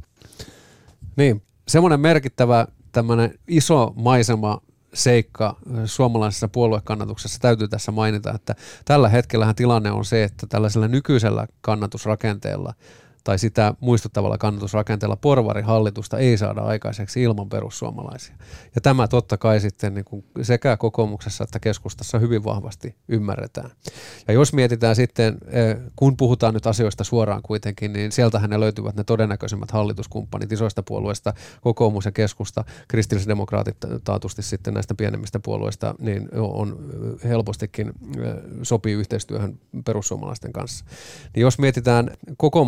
D: Niin, semmoinen merkittävä tämmöinen iso maisema seikka suomalaisessa puoluekannatuksessa täytyy tässä mainita, että tällä hetkellähän tilanne on se, että tällaisella nykyisellä kannatusrakenteella tai sitä muistuttavalla kannatusrakenteella porvarihallitusta ei saada aikaiseksi ilman perussuomalaisia. Ja tämä totta kai sitten niin kuin sekä kokoomuksessa että keskustassa hyvin vahvasti ymmärretään. Ja jos mietitään sitten, kun puhutaan nyt asioista suoraan kuitenkin, niin sieltähän ne löytyvät ne todennäköisimmät hallituskumppanit isoista puolueista, kokoomus ja keskusta, kristillisdemokraatit taatusti sitten näistä pienemmistä puolueista, niin on helpostikin sopii yhteistyöhön perussuomalaisten kanssa. Niin jos mietitään kokoomuksen kanssa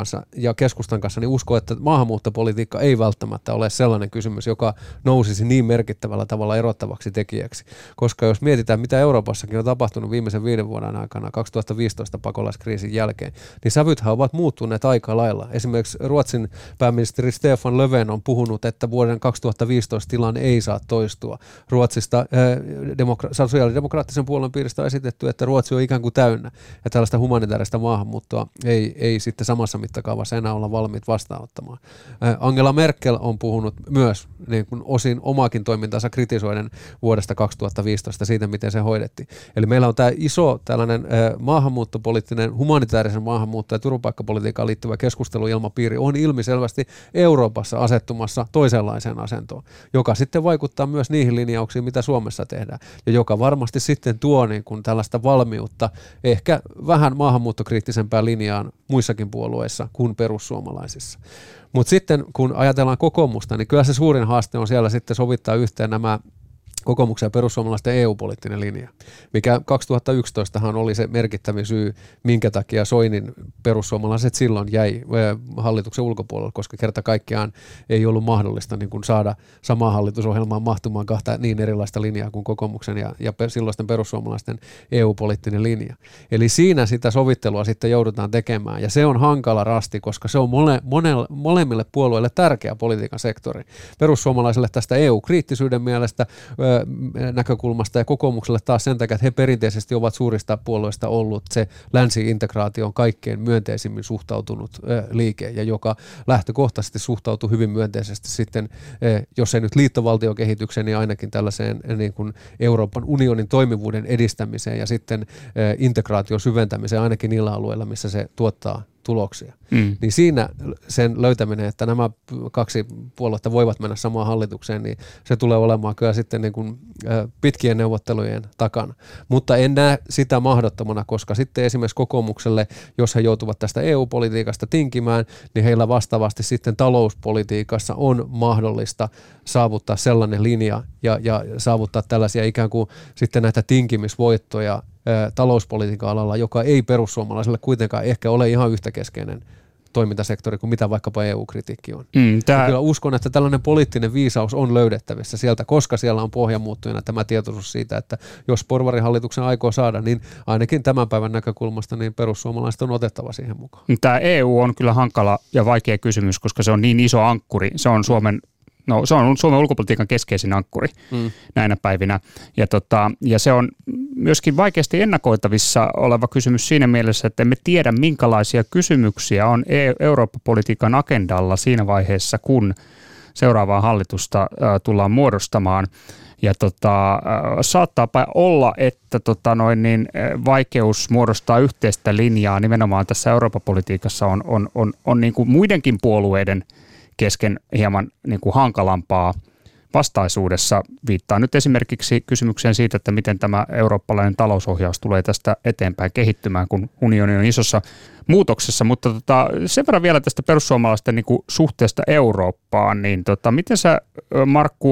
D: kanssa ja keskustan kanssa, niin uskon, että maahanmuuttopolitiikka ei välttämättä ole sellainen kysymys, joka nousisi niin merkittävällä tavalla erottavaksi tekijäksi. Koska jos mietitään, mitä Euroopassakin on tapahtunut viimeisen viiden vuoden aikana kaksituhattaviisitoista pakolaiskriisin jälkeen, niin sävythän ovat muuttuneet aika lailla. Esimerkiksi Ruotsin pääministeri Stefan Löfven on puhunut, että vuoden kaksituhattaviisitoista tilanne ei saa toistua. Ruotsista äh, demokra- sosiaalidemokraattisen puolueen piiristä on esitetty, että Ruotsi on ikään kuin täynnä ja tällaista humanitaarista maahanmuuttoa ei, ei sitten samassa mittakaavassa enää olla valmiit vastaanottamaan. Äh, Angela Merkel on puhunut myös niin kuin osin omaakin toimintansa kritisoiden vuodesta kaksituhattaviisitoista siitä, miten se hoidettiin. Eli meillä on tämä iso tällainen äh, maahanmuuttopoliittinen, humanitaarisen maahanmuutto- ja turvapaikkapolitiikkaan liittyvä keskusteluilmapiiri on ilmiselvästi Euroopassa asettumassa toisenlaiseen asentoon, joka sitten vaikuttaa myös niihin linjauksiin, mitä Suomessa tehdään, ja joka varmasti sitten tuo niin kuin tällaista valmiutta ehkä vähän maahanmuuttokriittisempään linjaan muissakin puolueissa kuin perussuomalaisissa. Mutta sitten kun ajatellaan kokoomusta, niin kyllä se suurin haaste on siellä sitten sovittaa yhteen nämä kokoomuksen ja perussuomalaisten E U-poliittinen linja, mikä kaksituhattayksitoistahan oli se merkittävin syy, minkä takia Soinin perussuomalaiset silloin jäi hallituksen ulkopuolelle, koska kerta kaikkiaan ei ollut mahdollista niin kuin saada samaa hallitusohjelmaa mahtumaan kahta niin erilaista linjaa kuin kokoomuksen ja, ja silloisten perussuomalaisten E U-poliittinen linja. Eli siinä sitä sovittelua sitten joudutaan tekemään, ja se on hankala rasti, koska se on mole, mone, molemmille puolueille tärkeä politiikan sektori. Perussuomalaisille tästä E U-kriittisyyden mielestä näkökulmasta ja kokoomukselle taas sen takia, että he perinteisesti ovat suurista puolueista ollut se länsi-integraation kaikkein myönteisimmin suhtautunut liike ja joka lähtökohtaisesti suhtautuu hyvin myönteisesti sitten, jos ei nyt liittovaltiokehitykseen, niin ainakin tällaiseen niin kuin Euroopan unionin toimivuuden edistämiseen ja sitten integraation syventämiseen ainakin niillä alueilla, missä se tuottaa tuloksia. Mm. Niin siinä sen löytäminen, että nämä kaksi puoluetta voivat mennä samaan hallitukseen, niin se tulee olemaan kyllä sitten niin kuin pitkien neuvottelujen takana. Mutta en näe sitä mahdottomana, koska sitten esimerkiksi kokoomukselle, jos he joutuvat tästä E U-politiikasta tinkimään, niin heillä vastaavasti sitten talouspolitiikassa on mahdollista saavuttaa sellainen linja ja, ja saavuttaa tällaisia ikään kuin sitten näitä tinkimisvoittoja talouspolitiikan alalla, joka ei perussuomalaisille kuitenkaan ehkä ole ihan yhtä keskeinen toimintasektori kuin mitä vaikkapa E U-kritiikki on. Mm, tää... Kyllä uskon, että tällainen poliittinen viisaus on löydettävissä sieltä, koska siellä on pohjamuuttujana tämä tietoisuus siitä, että jos porvarihallituksen aikoo saada, niin ainakin tämän päivän näkökulmasta niin perussuomalaiset on otettava siihen mukaan.
C: Tämä E U on kyllä hankala ja vaikea kysymys, koska se on niin iso ankkuri. Se on Suomen No, se on Suomen ulkopolitiikan keskeisin ankkuri mm. näinä päivinä. Ja, tota, ja se on myöskin vaikeasti ennakoitavissa oleva kysymys siinä mielessä, että emme tiedä, minkälaisia kysymyksiä on Eurooppa-politiikan agendalla siinä vaiheessa, kun seuraavaa hallitusta ä, tullaan muodostamaan. Ja tota, ä, saattaapa olla, että tota noin, niin, vaikeus muodostaa yhteistä linjaa nimenomaan tässä Eurooppa-politiikassa on, on, on, on niin kuin muidenkin puolueiden kesken hieman niin kuin hankalampaa vastaisuudessa. Viittaa nyt esimerkiksi kysymykseen siitä, että miten tämä eurooppalainen talousohjaus tulee tästä eteenpäin kehittymään, kun unioni on isossa muutoksessa. Mutta tota, sen verran vielä tästä perussuomalaisten niin kuin suhteesta Eurooppaan, niin tota, miten sä, Markku,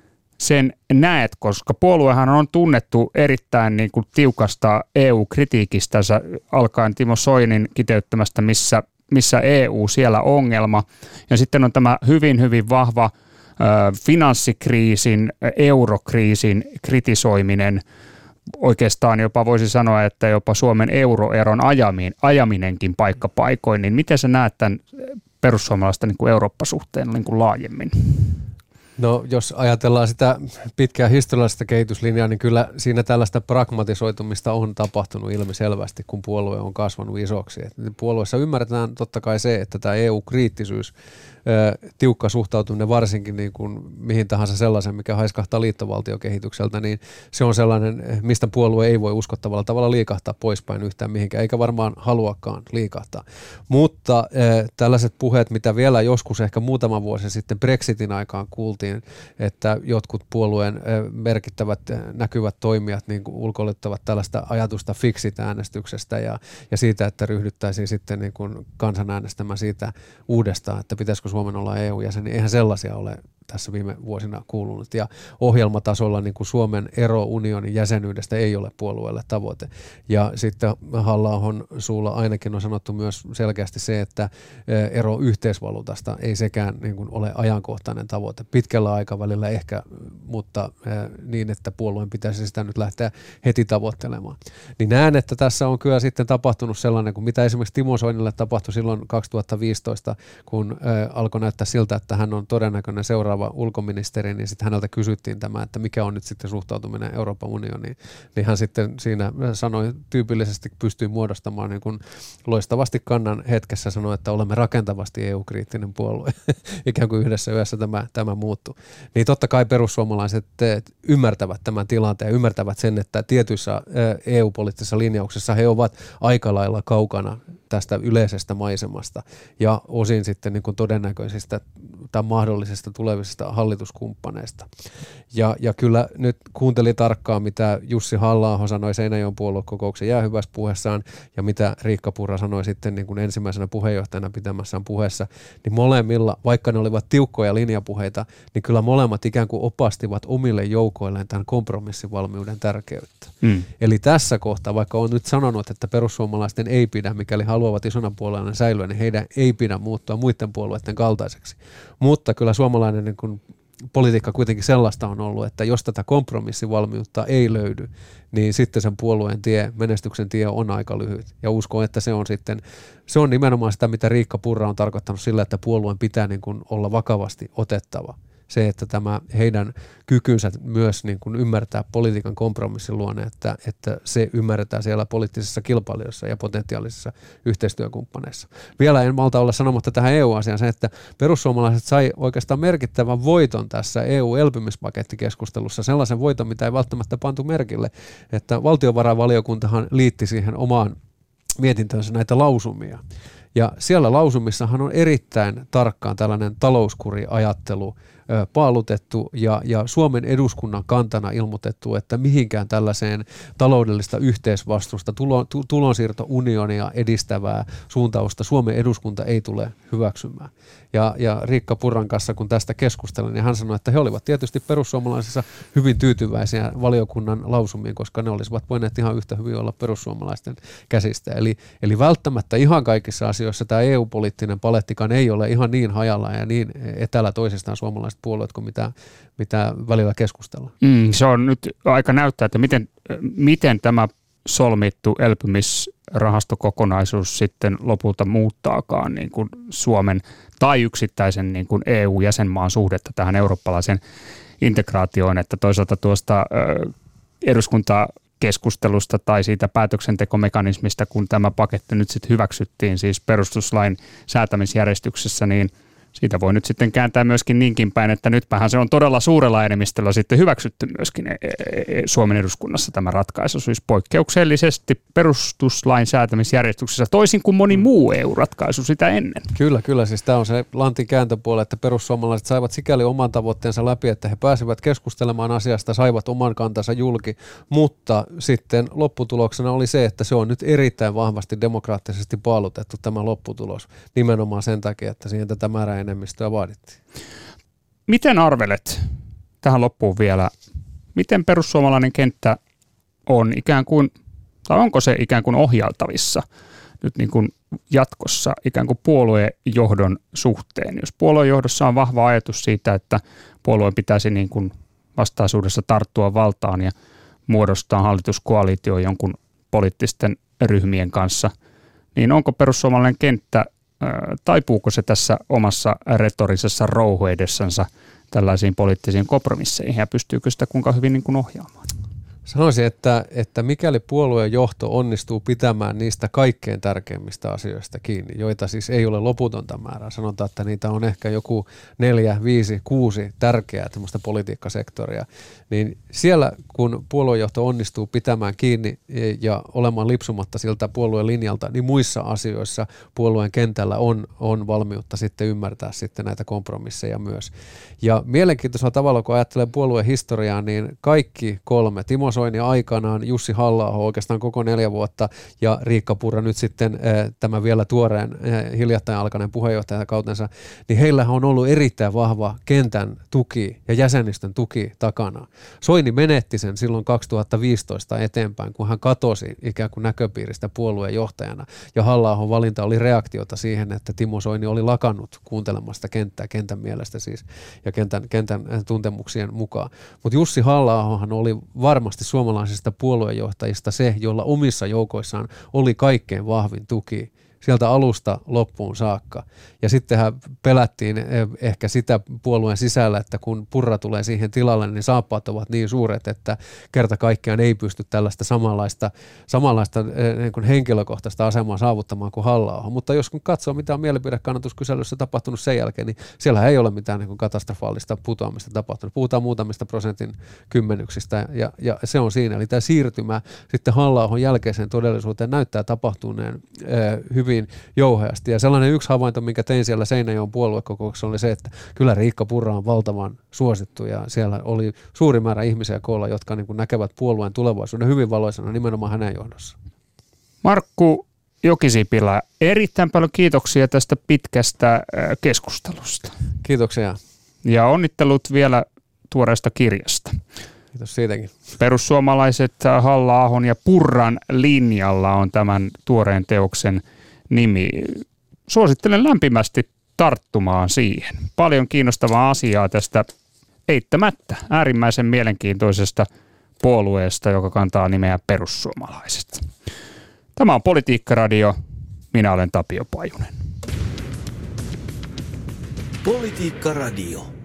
C: sen näet, koska puoluehan on tunnettu erittäin niin kuin tiukasta E U-kritiikistänsä alkaen Timo Soinin kiteyttämästä, missä missä E U siellä ongelma, ja sitten on tämä hyvin, hyvin vahva ö, finanssikriisin, eurokriisin kritisoiminen, oikeastaan jopa voisi sanoa, että jopa Suomen euroeron ajamin, ajaminenkin paikka paikoin, niin miten sä näet tämän perussuomalaisten niin kuin Eurooppa-suhteen niin kuin laajemmin?
D: No jos ajatellaan sitä pitkää historiallista kehityslinjaa, niin kyllä siinä tällaista pragmatisoitumista on tapahtunut ilmiselvästi, kun puolue on kasvanut isoksi. Et puolueessa ymmärretään totta kai se, että tämä E U-kriittisyys, tiukka suhtautuminen varsinkin niin kuin mihin tahansa sellaisen, mikä haiskahtaa liittovaltiokehitykseltä, niin se on sellainen, mistä puolue ei voi uskottavalla tavalla liikahtaa poispäin yhtään mihinkään, eikä varmaan haluakaan liikahtaa. Mutta äh, tällaiset puheet, mitä vielä joskus ehkä muutama vuosi sitten Brexitin aikaan kuultiin, kuultiin, että jotkut puolueen merkittävät näkyvät toimijat niin kuin ulkoiluttavat tällaista ajatusta fixit-äänestyksestä ja, ja siitä, että ryhdyttäisiin sitten niin kuin kansanäänestämään siitä uudestaan, että pitäisikö Suomen olla E U-jäsen, niin eihän sellaisia ole tässä viime vuosina kuulunut. Ja ohjelmatasolla niin kuin Suomen ero unionin jäsenyydestä ei ole puolueelle tavoite. Ja sitten Halla-ahon suulla ainakin on sanottu myös selkeästi se, että ero yhteisvaluutasta ei sekään niin kuin ole ajankohtainen tavoite. Pitkällä aikavälillä ehkä, mutta niin, että puolueen pitäisi sitä nyt lähteä heti tavoittelemaan. Niin näen, että tässä on kyllä sitten tapahtunut sellainen, kuin mitä esimerkiksi Timo Soinille tapahtui silloin kaksituhattaviisitoista, kun alkoi näyttää siltä, että hän on todennäköinen seuraava ulkoministeri, niin sitten häneltä kysyttiin tämä, että mikä on nyt sitten suhtautuminen Euroopan unioniin, niin hän sitten siinä sanoi, tyypillisesti pystyi muodostamaan niin kuin loistavasti kannan hetkessä, sanoi, että olemme rakentavasti E U-kriittinen puolue, ikään kuin yhdessä yössä tämä, tämä muuttui. Niin totta kai perussuomalaiset ymmärtävät tämän tilanteen, ymmärtävät sen, että tietyissä E U-poliittisissa linjauksissa he ovat aika lailla kaukana tästä yleisestä maisemasta ja osin sitten niin kuin todennäköisistä tai mahdollisista tulevista hallituskumppaneista. Ja, ja kyllä nyt kuuntelin tarkkaan, mitä Jussi Halla-aho sanoi Seinäjoen puoluekokouksen jäähyvässä puheessaan ja mitä Riikka Purra sanoi sitten niin kuin ensimmäisenä puheenjohtajana pitämässään puheessa, niin molemmilla, vaikka ne olivat tiukkoja linjapuheita, niin kyllä molemmat ikään kuin opastivat omille joukoilleen tämän kompromissivalmiuden tärkeyttä. Mm. Eli tässä kohtaa, vaikka on nyt sanonut, että perussuomalaisten ei pidä, mikäli haluavat isona puolueena säilyä, niin heidän ei pidä muuttua muiden puolueiden kaltaiseksi. Mutta kyllä suomalainen niin kun politiikka kuitenkin sellaista on ollut, että jos tätä kompromissivalmiutta ei löydy, niin sitten sen puolueen tie, menestyksen tie on aika lyhyt. Ja uskon, että se on sitten, se on nimenomaan sitä, mitä Riikka Purra on tarkoittanut sillä, että puolueen pitää niin kuin olla vakavasti otettava. Se, että tämä heidän kykynsä myös niin kuin ymmärtää politiikan kompromissin luonne, että, että se ymmärretään siellä poliittisissa kilpailijoissa ja potentiaalisissa yhteistyökumppaneissa. Vielä en malta olla sanomatta tähän E U-asiaan se, että perussuomalaiset sai oikeastaan merkittävän voiton tässä E U-elpymispakettikeskustelussa, sellaisen voiton, mitä ei välttämättä pantu merkille, että valtiovarainvaliokuntahan liitti siihen omaan mietintönsä näitä lausumia. Ja siellä lausumissahan on erittäin tarkkaan tällainen talouskuriajattelu paalutettu ja, ja Suomen eduskunnan kantana ilmoitettu, että mihinkään tällaiseen taloudellista yhteisvastuusta, tulon, tulonsiirtounionia edistävää suuntausta Suomen eduskunta ei tule hyväksymään. Ja, ja Riikka Purran kanssa, kun tästä keskustelin, niin hän sanoi, että he olivat tietysti perussuomalaisissa hyvin tyytyväisiä valiokunnan lausumiin, koska ne olisivat voineet ihan yhtä hyvin olla perussuomalaisten käsistä. Eli, eli välttämättä ihan kaikissa asioissa tämä E U-poliittinen palettikaan ei ole ihan niin hajallaan ja niin etäällä toisistaan suomalaiset puolueet kuin mitä, mitä välillä keskustellaan.
C: Mm, se on nyt aika näyttää, että miten, miten tämä solmittu elpymisrahastokokonaisuus sitten lopulta muuttaakaan niin kuin Suomen tai yksittäisen niin kuin E U-jäsenmaan suhdetta tähän eurooppalaiseen integraatioon, että toisaalta tuosta eduskuntakeskustelusta tai siitä päätöksentekomekanismista, kun tämä paketti nyt sitten hyväksyttiin siis perustuslain säätämisjärjestyksessä, niin siitä voi nyt sitten kääntää myöskin niinkin päin, että nytpähän se on todella suurella enemmistöllä sitten hyväksytty myöskin Suomen eduskunnassa tämä ratkaisu, siis poikkeuksellisesti perustuslain säätämisjärjestyksessä, toisin kuin moni muu E U-ratkaisu sitä ennen.
D: Kyllä, kyllä. Siis tämä on se lantin kääntöpuoli, että perussuomalaiset saivat sikäli oman tavoitteensa läpi, että he pääsivät keskustelemaan asiasta, saivat oman kantansa julki, mutta sitten lopputuloksena oli se, että se on nyt erittäin vahvasti demokraattisesti paalutettu tämä lopputulos, nimenomaan sen takia, että siihen tätä määrää enemmistöä vaadittiin.
C: Miten arvelet tähän loppuun vielä, miten perussuomalainen kenttä on ikään kuin, tai onko se ikään kuin ohjaltavissa nyt niin kuin jatkossa ikään kuin puoluejohdon suhteen? Jos puoluejohdossa on vahva ajatus siitä, että puolueen pitäisi niin kuin vastaisuudessa tarttua valtaan ja muodostaa hallituskoalitio jonkun poliittisten ryhmien kanssa, niin onko perussuomalainen kenttä, taipuuko se tässä omassa retorisessa rouhoidessansa tällaisiin poliittisiin kompromisseihin ja pystyykö sitä kuinka hyvin niin kuin ohjaamaan?
D: Sanoisin, että, että mikäli puolueen johto onnistuu pitämään niistä kaikkein tärkeimmistä asioista kiinni, joita siis ei ole loputonta määrää, sanotaan, että niitä on ehkä joku neljä, viisi, kuusi tärkeää tämmöistä politiikkasektoria, niin siellä kun puoluejohto onnistuu pitämään kiinni ja olemaan lipsumatta siltä puolueen linjalta, niin muissa asioissa puolueen kentällä on, on valmiutta sitten ymmärtää sitten näitä kompromisseja myös. Ja mielenkiintoisella tavalla, kun ajattelee puolueen historiaa, niin kaikki kolme, Timo Soini aikanaan, Jussi Halla-aho oikeastaan koko neljä vuotta ja Riikka Purra nyt sitten tämä vielä tuoreen hiljattain alkaneen puheenjohtajakautensa, niin heillähän on ollut erittäin vahva kentän tuki ja jäsenistön tuki takana. Soini menetti sen silloin kaksituhattaviisitoista eteenpäin, kun hän katosi ikään kuin näköpiiristä puolueen johtajana ja Halla-ahon valinta oli reaktiota siihen, että Timo Soini oli lakannut kuuntelemasta kenttää, kentän mielestä siis ja kentän, kentän tuntemuksien mukaan. Mutta Jussi Halla-ahohan oli varmasti suomalaisista puoluejohtajista se, jolla omissa joukoissaan oli kaikkein vahvin tuki sieltä alusta loppuun saakka. Ja sittenhän pelättiin ehkä sitä puolueen sisällä, että kun Purra tulee siihen tilalle, niin saappaat ovat niin suuret, että kerta kaikkiaan ei pysty tällaista samanlaista, samanlaista niin kuin henkilökohtaista asemaa saavuttamaan kuin Halla-aho. Mutta jos kun katsoo, mitä on mielipidekannatuskyselyssä tapahtunut sen jälkeen, niin siellä ei ole mitään niin kuin katastrofaalista putoamista tapahtunut. Puhutaan muutamista prosentin kymmenyksistä ja, ja se on siinä. Eli tämä siirtymä sitten Halla-ahon jälkeiseen todellisuuteen näyttää tapahtuneen äh, hyvin jouheasti. Ja sellainen yksi havainto, minkä tein siellä Seinäjoen puoluekokouksessa, oli se, että kyllä Riikka Purra on valtavan suosittu ja siellä oli suuri määrä ihmisiä koolla, jotka niin kuin näkevät puolueen tulevaisuuden hyvin valoisana nimenomaan hänen johdossaan.
C: Markku Jokisipilä, erittäin paljon kiitoksia tästä pitkästä keskustelusta.
D: Kiitoksia.
C: Ja onnittelut vielä tuoreesta kirjasta.
D: Kiitos siitäkin.
C: Perussuomalaiset Halla-ahon ja Purran linjalla on tämän tuoreen teoksen nimi. Suosittelen lämpimästi tarttumaan siihen. Paljon kiinnostavaa asiaa tästä eittämättä äärimmäisen mielenkiintoisesta puolueesta, joka kantaa nimeä Perussuomalaiset. Tämä on Politiikkaradio. Minä olen Tapio Pajunen.
B: Politiikkaradio.